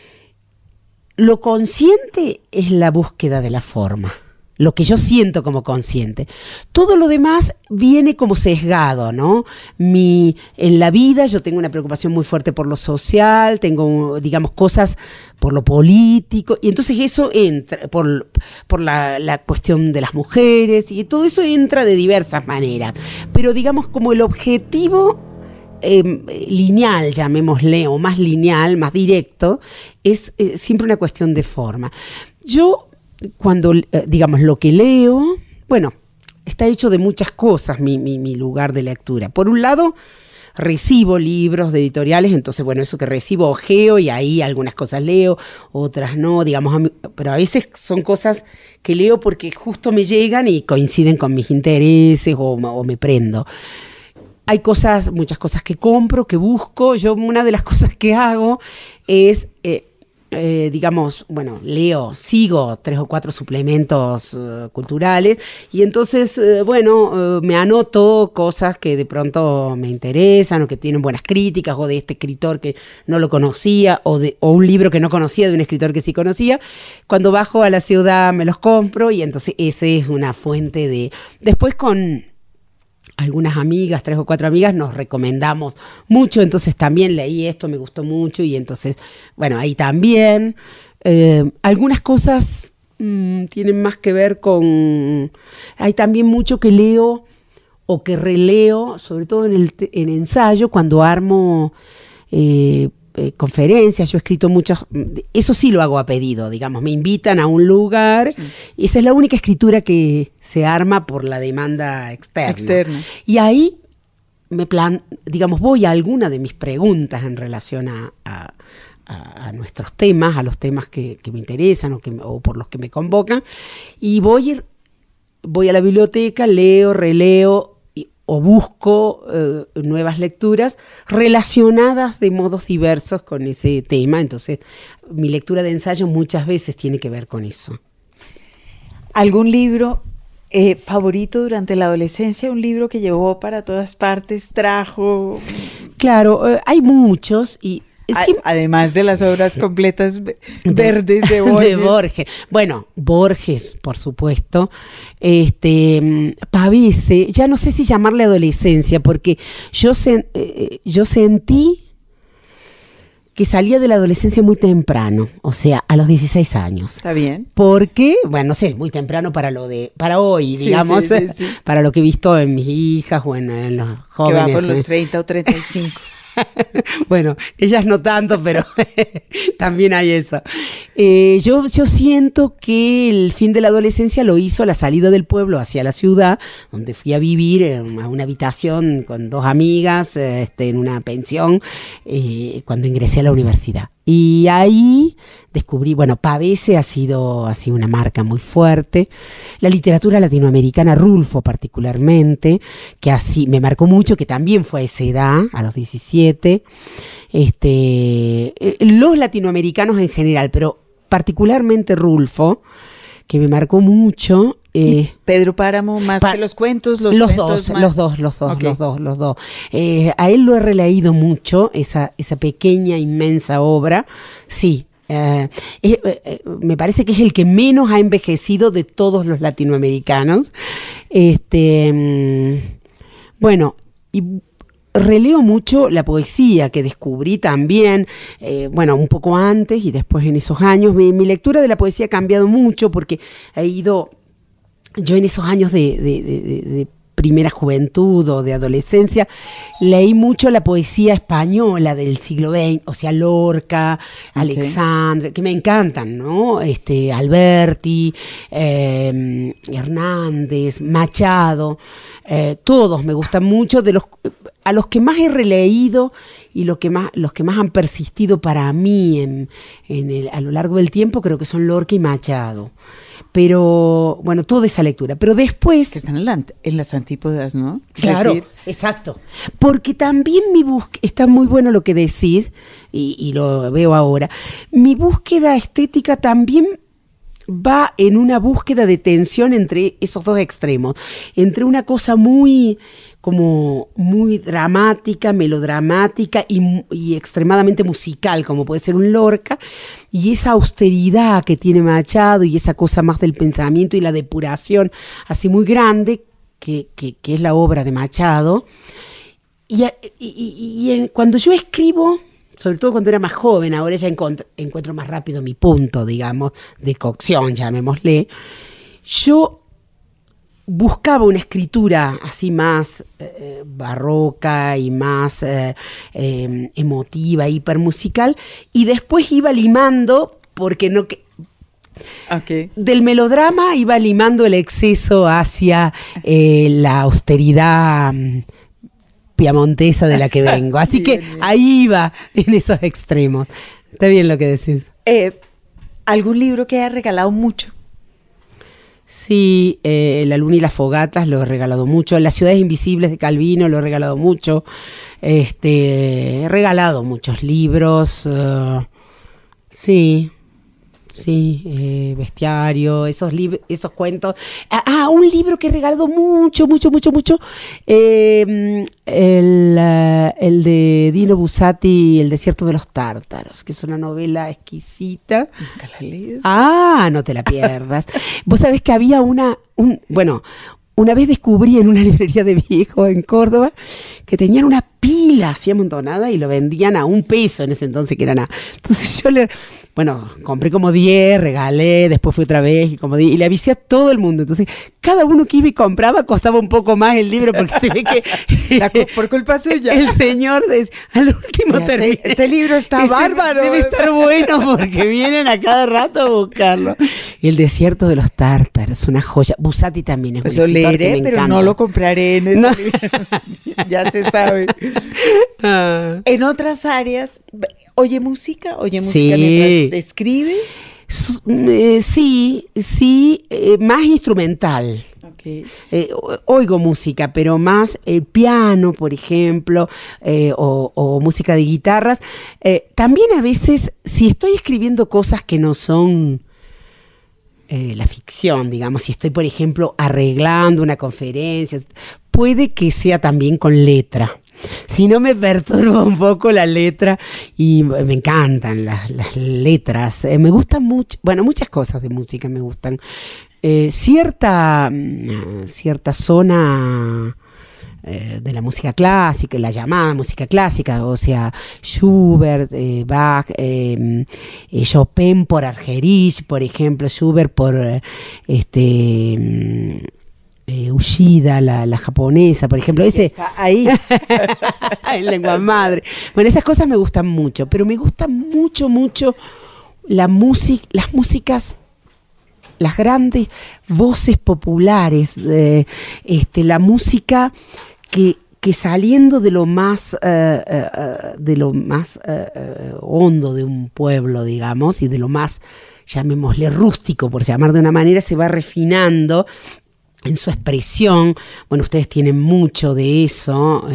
lo consciente es la búsqueda de la forma, lo que yo siento como consciente. Todo lo demás viene como sesgado, ¿no? En la vida yo tengo una preocupación muy fuerte por lo social, tengo, digamos, cosas por lo político, y entonces eso entra por la cuestión de las mujeres, y todo eso entra de diversas maneras. Pero digamos, como el objetivo lineal, llamémosle, o más lineal, más directo, es siempre una cuestión de forma. Yo, cuando, digamos, lo que leo, bueno, está hecho de muchas cosas mi lugar de lectura. Por un lado, recibo libros de editoriales, entonces, bueno, eso que recibo ojeo, y ahí algunas cosas leo, otras no, digamos, pero a veces son cosas que leo porque justo me llegan y coinciden con mis intereses, o me prendo. Hay muchas cosas que compro, que busco. Yo, una de las cosas que hago es... digamos, bueno, sigo 3 o 4 suplementos culturales, y entonces, me anoto cosas que de pronto me interesan, o que tienen buenas críticas, o de este escritor que no lo conocía, o un libro que no conocía de un escritor que sí conocía. Cuando bajo a la ciudad me los compro, y entonces esa es una fuente de... Después, con algunas amigas, 3 o 4 amigas, nos recomendamos mucho, entonces también leí esto, me gustó mucho, y entonces, bueno, ahí también. Algunas cosas tienen más que ver con... Hay también mucho que leo o que releo, sobre todo en ensayo, cuando armo conferencias, yo he escrito muchos, eso sí lo hago a pedido, digamos, me invitan a un lugar, y esa es la única escritura que se arma por la demanda externa. Y ahí digamos, voy a alguna de mis preguntas en relación a nuestros temas, a los temas que me interesan o por los que me convocan, y voy a la biblioteca, leo, releo, o busco nuevas lecturas relacionadas de modos diversos con ese tema. Entonces, mi lectura de ensayo muchas veces tiene que ver con eso. ¿Algún libro favorito durante la adolescencia? ¿Un libro que llevó para todas partes, trajo? Claro, hay muchos y... Además de las obras completas verdes de Borges. De Borges. Bueno, Borges, por supuesto. Pavese, ya no sé si llamarle adolescencia, porque yo sentí que salía de la adolescencia muy temprano, o sea, a los 16 años. Está bien. Porque, bueno, no sé, muy temprano para hoy, digamos, sí. Para lo que he visto en mis hijas o en los jóvenes. Que va por los 30 o 35. Bueno, ellas no tanto, pero también hay eso. Yo siento que el fin de la adolescencia lo hizo la salida del pueblo hacia la ciudad, donde fui a vivir a una habitación con 2 amigas, en una pensión, cuando ingresé a la universidad. Y ahí descubrí, bueno, Pavese ha sido una marca muy fuerte. La literatura latinoamericana, Rulfo particularmente, que así me marcó mucho, que también fue a esa edad, a los 17. Los latinoamericanos en general, pero particularmente Rulfo, que me marcó mucho. Pedro Páramo, más que los cuentos, los dos. A él lo he releído mucho, esa pequeña, inmensa obra. Sí, me parece que es el que menos ha envejecido de todos los latinoamericanos. Bueno, y releo mucho la poesía que descubrí también, un poco antes y después en esos años. Mi lectura de la poesía ha cambiado mucho porque yo en esos años de primera juventud o de adolescencia, leí mucho la poesía española del siglo XX, o sea, Lorca, Alexandre, que me encantan, ¿no? Alberti, Hernández, Machado, todos me gustan mucho, a los que más he releído y los que más han persistido para mí a lo largo del tiempo, creo que son Lorca y Machado. Pero, bueno, toda esa lectura. Pero después... Que están en las antípodas, ¿no? Claro, exacto. Porque también está muy bueno lo que decís, y lo veo ahora. Mi búsqueda estética también va en una búsqueda de tensión entre esos dos extremos. Entre una cosa muy dramática, melodramática y extremadamente musical, como puede ser un Lorca, y esa austeridad que tiene Machado y esa cosa más del pensamiento y la depuración así muy grande, que es la obra de Machado. Cuando yo escribo, sobre todo cuando era más joven, ahora ya encuentro más rápido mi punto, digamos, de cocción, llamémosle, yo buscaba una escritura así más barroca y más emotiva, hipermusical, y después iba limando, porque no... Del melodrama iba limando el exceso hacia la austeridad piamontesa de la que vengo. Así que ahí iba en esos extremos. Está bien lo que decís. ¿Algún libro que haya regalado mucho? Sí, La luna y las fogatas lo he regalado mucho. Las ciudades invisibles de Calvino lo he regalado mucho. He regalado muchos libros. Sí, Bestiario, esos cuentos. Un libro que he regalado mucho. El de Dino Buzzati, El desierto de los tártaros, que es una novela exquisita. Nunca la he leído. No te la pierdas. Vos sabés que había una vez descubrí en una librería de viejos en Córdoba que tenían una pila así amontonada y lo vendían a $1 en ese entonces, que era nada. Entonces compré como 10, regalé, después fui otra vez y como 10, y le avisé a todo el mundo. Entonces, cada uno que iba y compraba costaba un poco más el libro, porque se ve que por culpa suya. el señor al último terminé. Este libro está bárbaro. Debe estar bueno porque vienen a cada rato a buscarlo. El desierto de los tártaros, una joya. Busati también es Pues un lo escritor que leeré, me pero encanta. no lo compraré en ese libro. Ya se sabe. En otras áreas, ¿oye música Sí. mientras escribe? Sí, más instrumental. Okay. Oigo música, pero más piano, por ejemplo, o música de guitarras. También a veces, si estoy escribiendo cosas que no son la ficción, digamos, si estoy, por ejemplo, arreglando una conferencia, puede que sea también con letra. Si no, me perturba un poco la letra y me encantan las letras. Me gustan mucho, muchas cosas de música me gustan. Cierta zona de la música clásica, la llamada música clásica, o sea, Schubert, Bach, Chopin por Argerich, por ejemplo, Schubert por Ushida, la japonesa, por ejemplo, ese está ahí en lengua madre. Bueno, esas cosas me gustan mucho, pero me gusta mucho las músicas, las grandes voces populares, la música que saliendo de lo más hondo de un pueblo, digamos, y de lo más, llamémosle rústico, por llamar de una manera, se va refinando en su expresión. Bueno, ustedes tienen mucho de eso.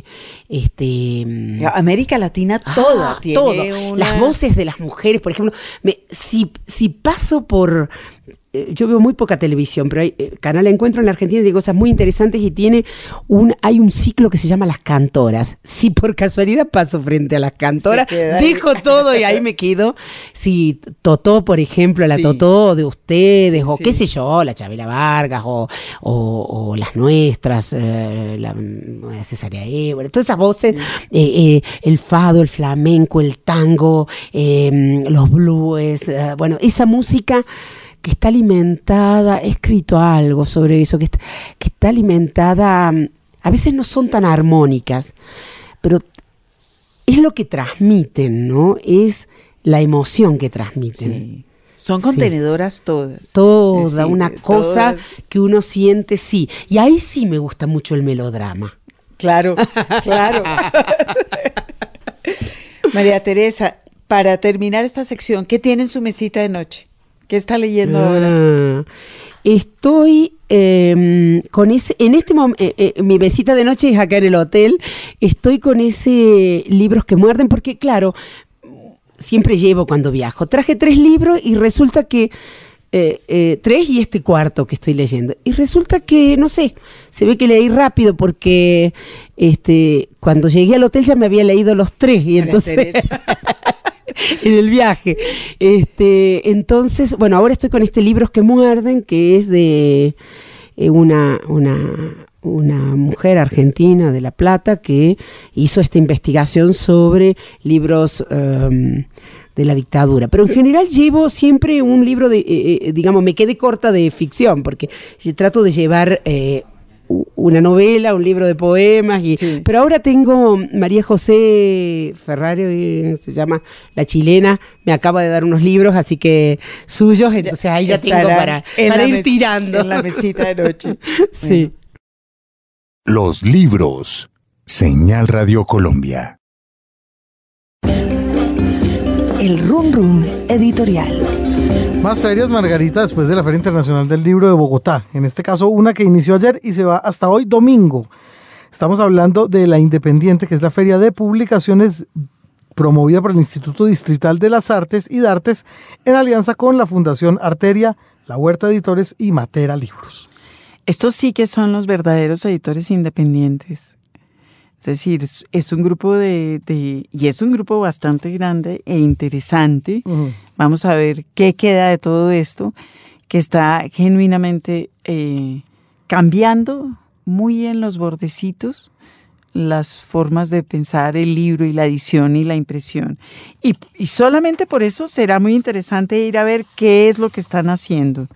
América Latina toda tiene todo. Las voces de las mujeres, por ejemplo, si paso por... yo veo muy poca televisión, pero hay Canal Encuentro en la Argentina tiene cosas muy interesantes y hay un ciclo que se llama Las Cantoras. Si por casualidad paso frente a las cantoras, dejo todo y ahí me quedo. Si Totó, por ejemplo, la Totó de ustedes, o qué sé yo, la Chabela Vargas, o las nuestras, la Cesárea Évora, todas esas voces, el fado, el flamenco, el tango, los blues, esa música que está alimentada, he escrito algo sobre eso, que está alimentada, a veces no son tan armónicas, pero es lo que transmiten, ¿no? Es la emoción que transmiten. Sí. Son contenedoras todas. Toda, una cosa que uno siente, sí. Y ahí sí me gusta mucho el melodrama. Claro. María Teresa, para terminar esta sección, ¿qué tiene en su mesita de noche? ¿Qué está leyendo ahora? Estoy con ese, en este momento, mi mesita de noche es acá en el hotel, estoy con ese Libros que muerden, porque claro, siempre llevo cuando viajo. Traje 3 libros y resulta que 3 y este cuarto que estoy leyendo. Y resulta que, no sé, se ve que leí rápido porque cuando llegué al hotel ya me había leído los 3 y entonces... en el viaje. Entonces, ahora estoy con Libros que muerden, que es de una mujer argentina de La Plata que hizo esta investigación sobre libros de la dictadura. Pero en general llevo siempre un libro digamos, me quedé corta de ficción, porque trato de llevar una novela, un libro de poemas, pero ahora tengo María José Ferrario, se llama La Chilena, me acaba de dar unos libros, así que suyos, entonces ahí ya tengo para ir tirando. En la mesita de noche. Sí. Los libros. Señal Radio Colombia. El Rum Rum Editorial. Más ferias, Margarita, después de la Feria Internacional del Libro de Bogotá. En este caso, una que inició ayer y se va hasta hoy, domingo. Estamos hablando de La Independiente, que es la feria de publicaciones promovida por el Instituto Distrital de las Artes y Dartes en alianza con la Fundación Arteria, La Huerta Editores y Matera Libros. Estos sí que son los verdaderos editores independientes. Es decir, es un grupo y es un grupo bastante grande e interesante. Uh-huh. Vamos a ver qué queda de todo esto, que está genuinamente cambiando muy en los bordecitos las formas de pensar el libro y la edición y la impresión. Y solamente por eso será muy interesante ir a ver qué es lo que están haciendo.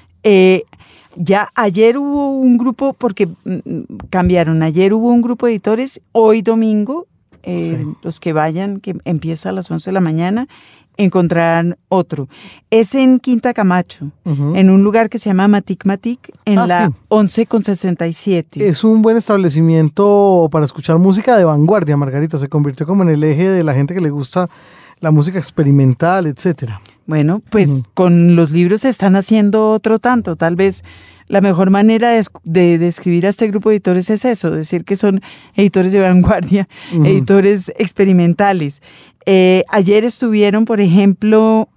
Ya ayer hubo un grupo, porque cambiaron, ayer hubo un grupo de editores, hoy domingo, los que vayan, que empieza a las 11 de la mañana, encontrarán otro. Es en Quinta Camacho, en un lugar que se llama Matic Matic, en la 11 con 67. Es un buen establecimiento para escuchar música de vanguardia, Margarita. Se convirtió como en el eje de la gente que le gusta la música experimental, etcétera. Bueno, pues con los libros se están haciendo otro tanto. Tal vez la mejor manera de describir a este grupo de editores es eso, decir que son editores de vanguardia, editores experimentales. Ayer estuvieron, por ejemplo,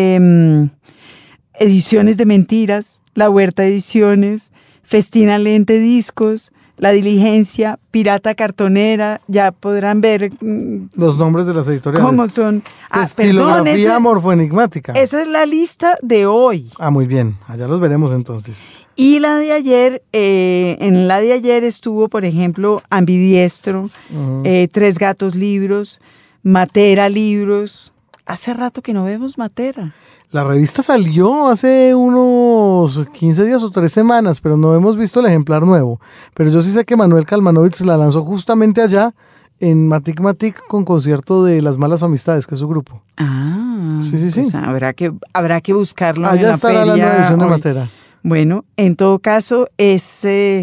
Ediciones de Mentiras, La Huerta Ediciones, Festina Lente Discos, La Diligencia, Pirata Cartonera. Ya podrán ver los nombres de las editoriales. ¿Cómo son? Estilografía morfoenigmática. Esa es la lista de hoy. Muy bien. Allá los veremos entonces. Y la de ayer, en la de ayer estuvo, por ejemplo, Ambidiestro, Tres Gatos Libros, Matera Libros. Hace rato que no vemos Matera. La revista salió hace unos 15 días o 3 semanas, pero no hemos visto el ejemplar nuevo. Pero yo sí sé que Manuel Kalmanovitz la lanzó justamente allá en Matic Matic con concierto de Las Malas Amistades, que es su grupo. Sí. Pues habrá que buscarlo allá en la estará feria. La nueva edición de Matera. Bueno, en todo caso, es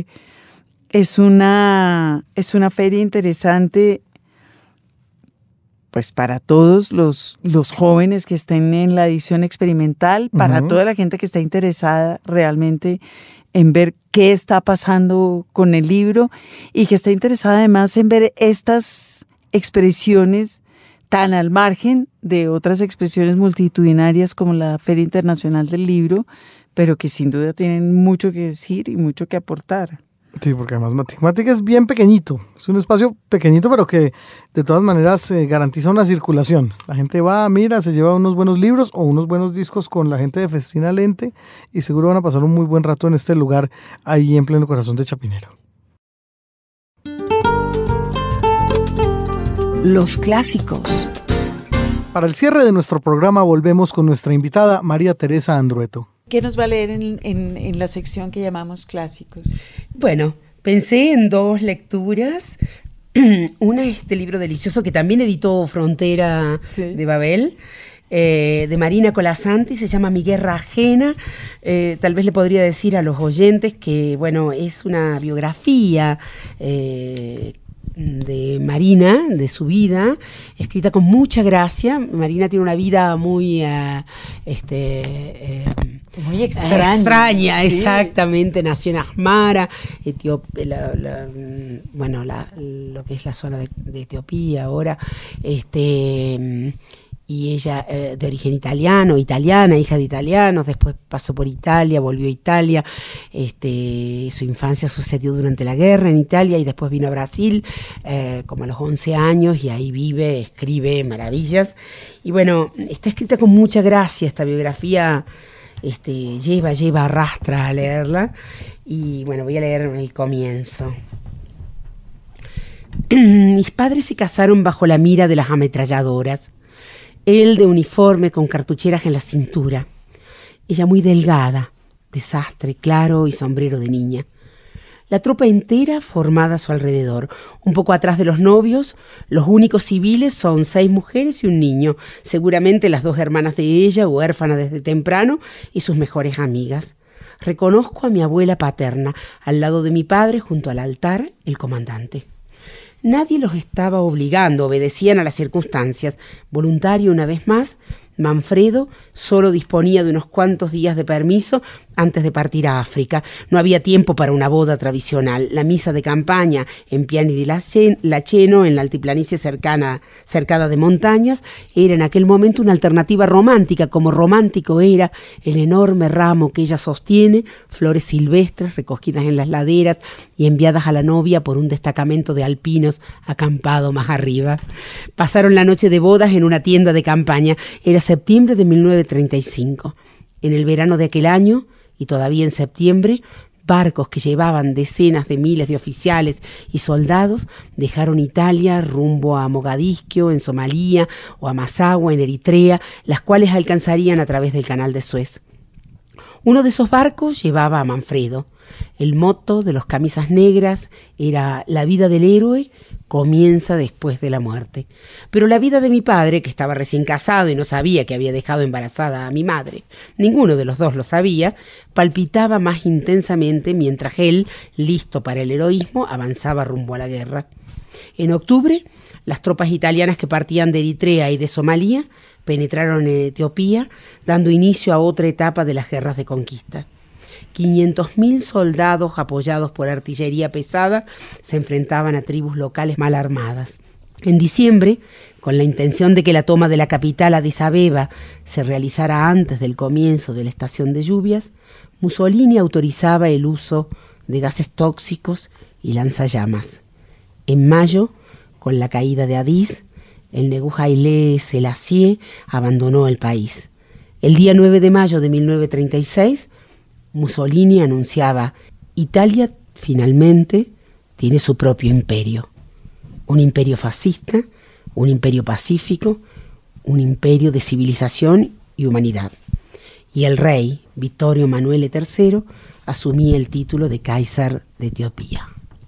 una feria interesante, pues para todos los jóvenes que estén en la edición experimental, para toda la gente que está interesada realmente en ver qué está pasando con el libro y que está interesada además en ver estas expresiones tan al margen de otras expresiones multitudinarias como la Feria Internacional del Libro, pero que sin duda tienen mucho que decir y mucho que aportar. Sí, porque además Matic Matic es bien pequeñito, es un espacio pequeñito, pero que de todas maneras garantiza una circulación. La gente va, mira, se lleva unos buenos libros o unos buenos discos con la gente de Festina Lente y seguro van a pasar un muy buen rato en este lugar ahí en pleno corazón de Chapinero. Los clásicos. Para el cierre de nuestro programa volvemos con nuestra invitada María Teresa Andrueto. ¿Qué nos va a leer en la sección que llamamos clásicos? Bueno, pensé en 2 lecturas. Una es este libro delicioso que también editó Frontera de Babel, de Marina Colasanti, se llama Mi Guerra Ajena. Tal vez le podría decir a los oyentes que, bueno, es una biografía de Marina, de su vida, escrita con mucha gracia. Marina tiene una vida muy muy extraña. Sí. Exactamente. Nació en Asmara, lo que es la zona de Etiopía ahora, y ella de origen italiana, hija de italianos, después pasó por Italia, volvió a Italia, su infancia sucedió durante la guerra en Italia y después vino a Brasil como a los 11 años y ahí vive, escribe maravillas. Y bueno, está escrita con mucha gracia esta biografía, arrastra a leerla y bueno, voy a leer el comienzo. Mis padres se casaron bajo la mira de las ametralladoras. Él de uniforme con cartucheras en la cintura. Ella muy delgada, de sastre claro y sombrero de niña. La tropa entera formada a su alrededor. Un poco atrás de los novios, los únicos civiles son 6 mujeres y un niño, seguramente las 2 hermanas de ella, huérfanas desde temprano, y sus mejores amigas. Reconozco a mi abuela paterna, al lado de mi padre, junto al altar, el comandante. Nadie los estaba obligando, obedecían a las circunstancias. Voluntario una vez más, Manfredo solo disponía de unos cuantos días de permiso antes de partir a África. No había tiempo para una boda tradicional. La misa de campaña en Piani di Laceno, en la altiplanicie cercada de montañas, era en aquel momento una alternativa romántica, como romántico era el enorme ramo que ella sostiene, flores silvestres recogidas en las laderas y enviadas a la novia por un destacamento de alpinos acampado más arriba. Pasaron la noche de bodas en una tienda de campaña. Era septiembre de 1935. En el verano de aquel año, y todavía en septiembre, barcos que llevaban decenas de miles de oficiales y soldados dejaron Italia rumbo a Mogadiscio, en Somalia, o a Massawa, en Eritrea, las cuales alcanzarían a través del canal de Suez. Uno de esos barcos llevaba a Manfredo. El motto de los camisas negras era: la vida del héroe comienza después de la muerte. Pero la vida de mi padre, que estaba recién casado y no sabía que había dejado embarazada a mi madre, ninguno de los dos lo sabía, palpitaba más intensamente mientras él, listo para el heroísmo, avanzaba rumbo a la guerra. En octubre, las tropas italianas que partían de Eritrea y de Somalia penetraron en Etiopía, dando inicio a otra etapa de las guerras de conquista. 500.000 soldados apoyados por artillería pesada se enfrentaban a tribus locales mal armadas. En diciembre, con la intención de que la toma de la capital, Addis Abeba, se realizara antes del comienzo de la estación de lluvias, Mussolini autorizaba el uso de gases tóxicos y lanzallamas. En mayo, con la caída de Addis, el Nebu Haile Selassie abandonó el país. El día 9 de mayo de 1936, Mussolini anunciaba: Italia finalmente tiene su propio imperio. Un imperio fascista, un imperio pacífico, un imperio de civilización y humanidad. Y el rey, Vittorio Emanuele III, asumía el título de Kaiser de Etiopía.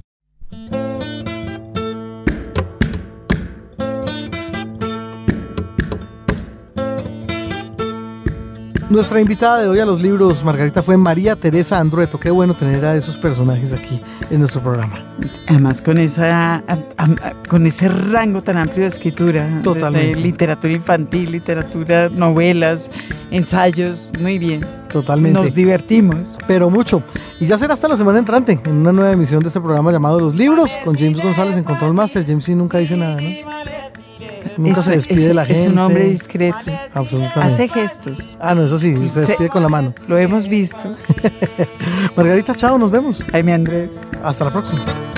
Nuestra invitada de hoy a los libros, Margarita, fue María Teresa Andrueto. Qué bueno tener a esos personajes aquí en nuestro programa. Además con ese rango tan amplio de escritura. Totalmente. Desde literatura infantil, literatura, novelas, ensayos, muy bien. Totalmente. Nos divertimos. Pero mucho. Y ya será hasta la semana entrante, en una nueva emisión de este programa llamado Los Libros, con James González en Control Master. James sí nunca dice nada, ¿no? Nunca se despide de la gente. Es un hombre discreto. Absolutamente. Hace gestos. Ah, no, eso sí, se despide con la mano. Lo hemos visto. Margarita, chao, nos vemos. Jaime Andrés. Hasta la próxima.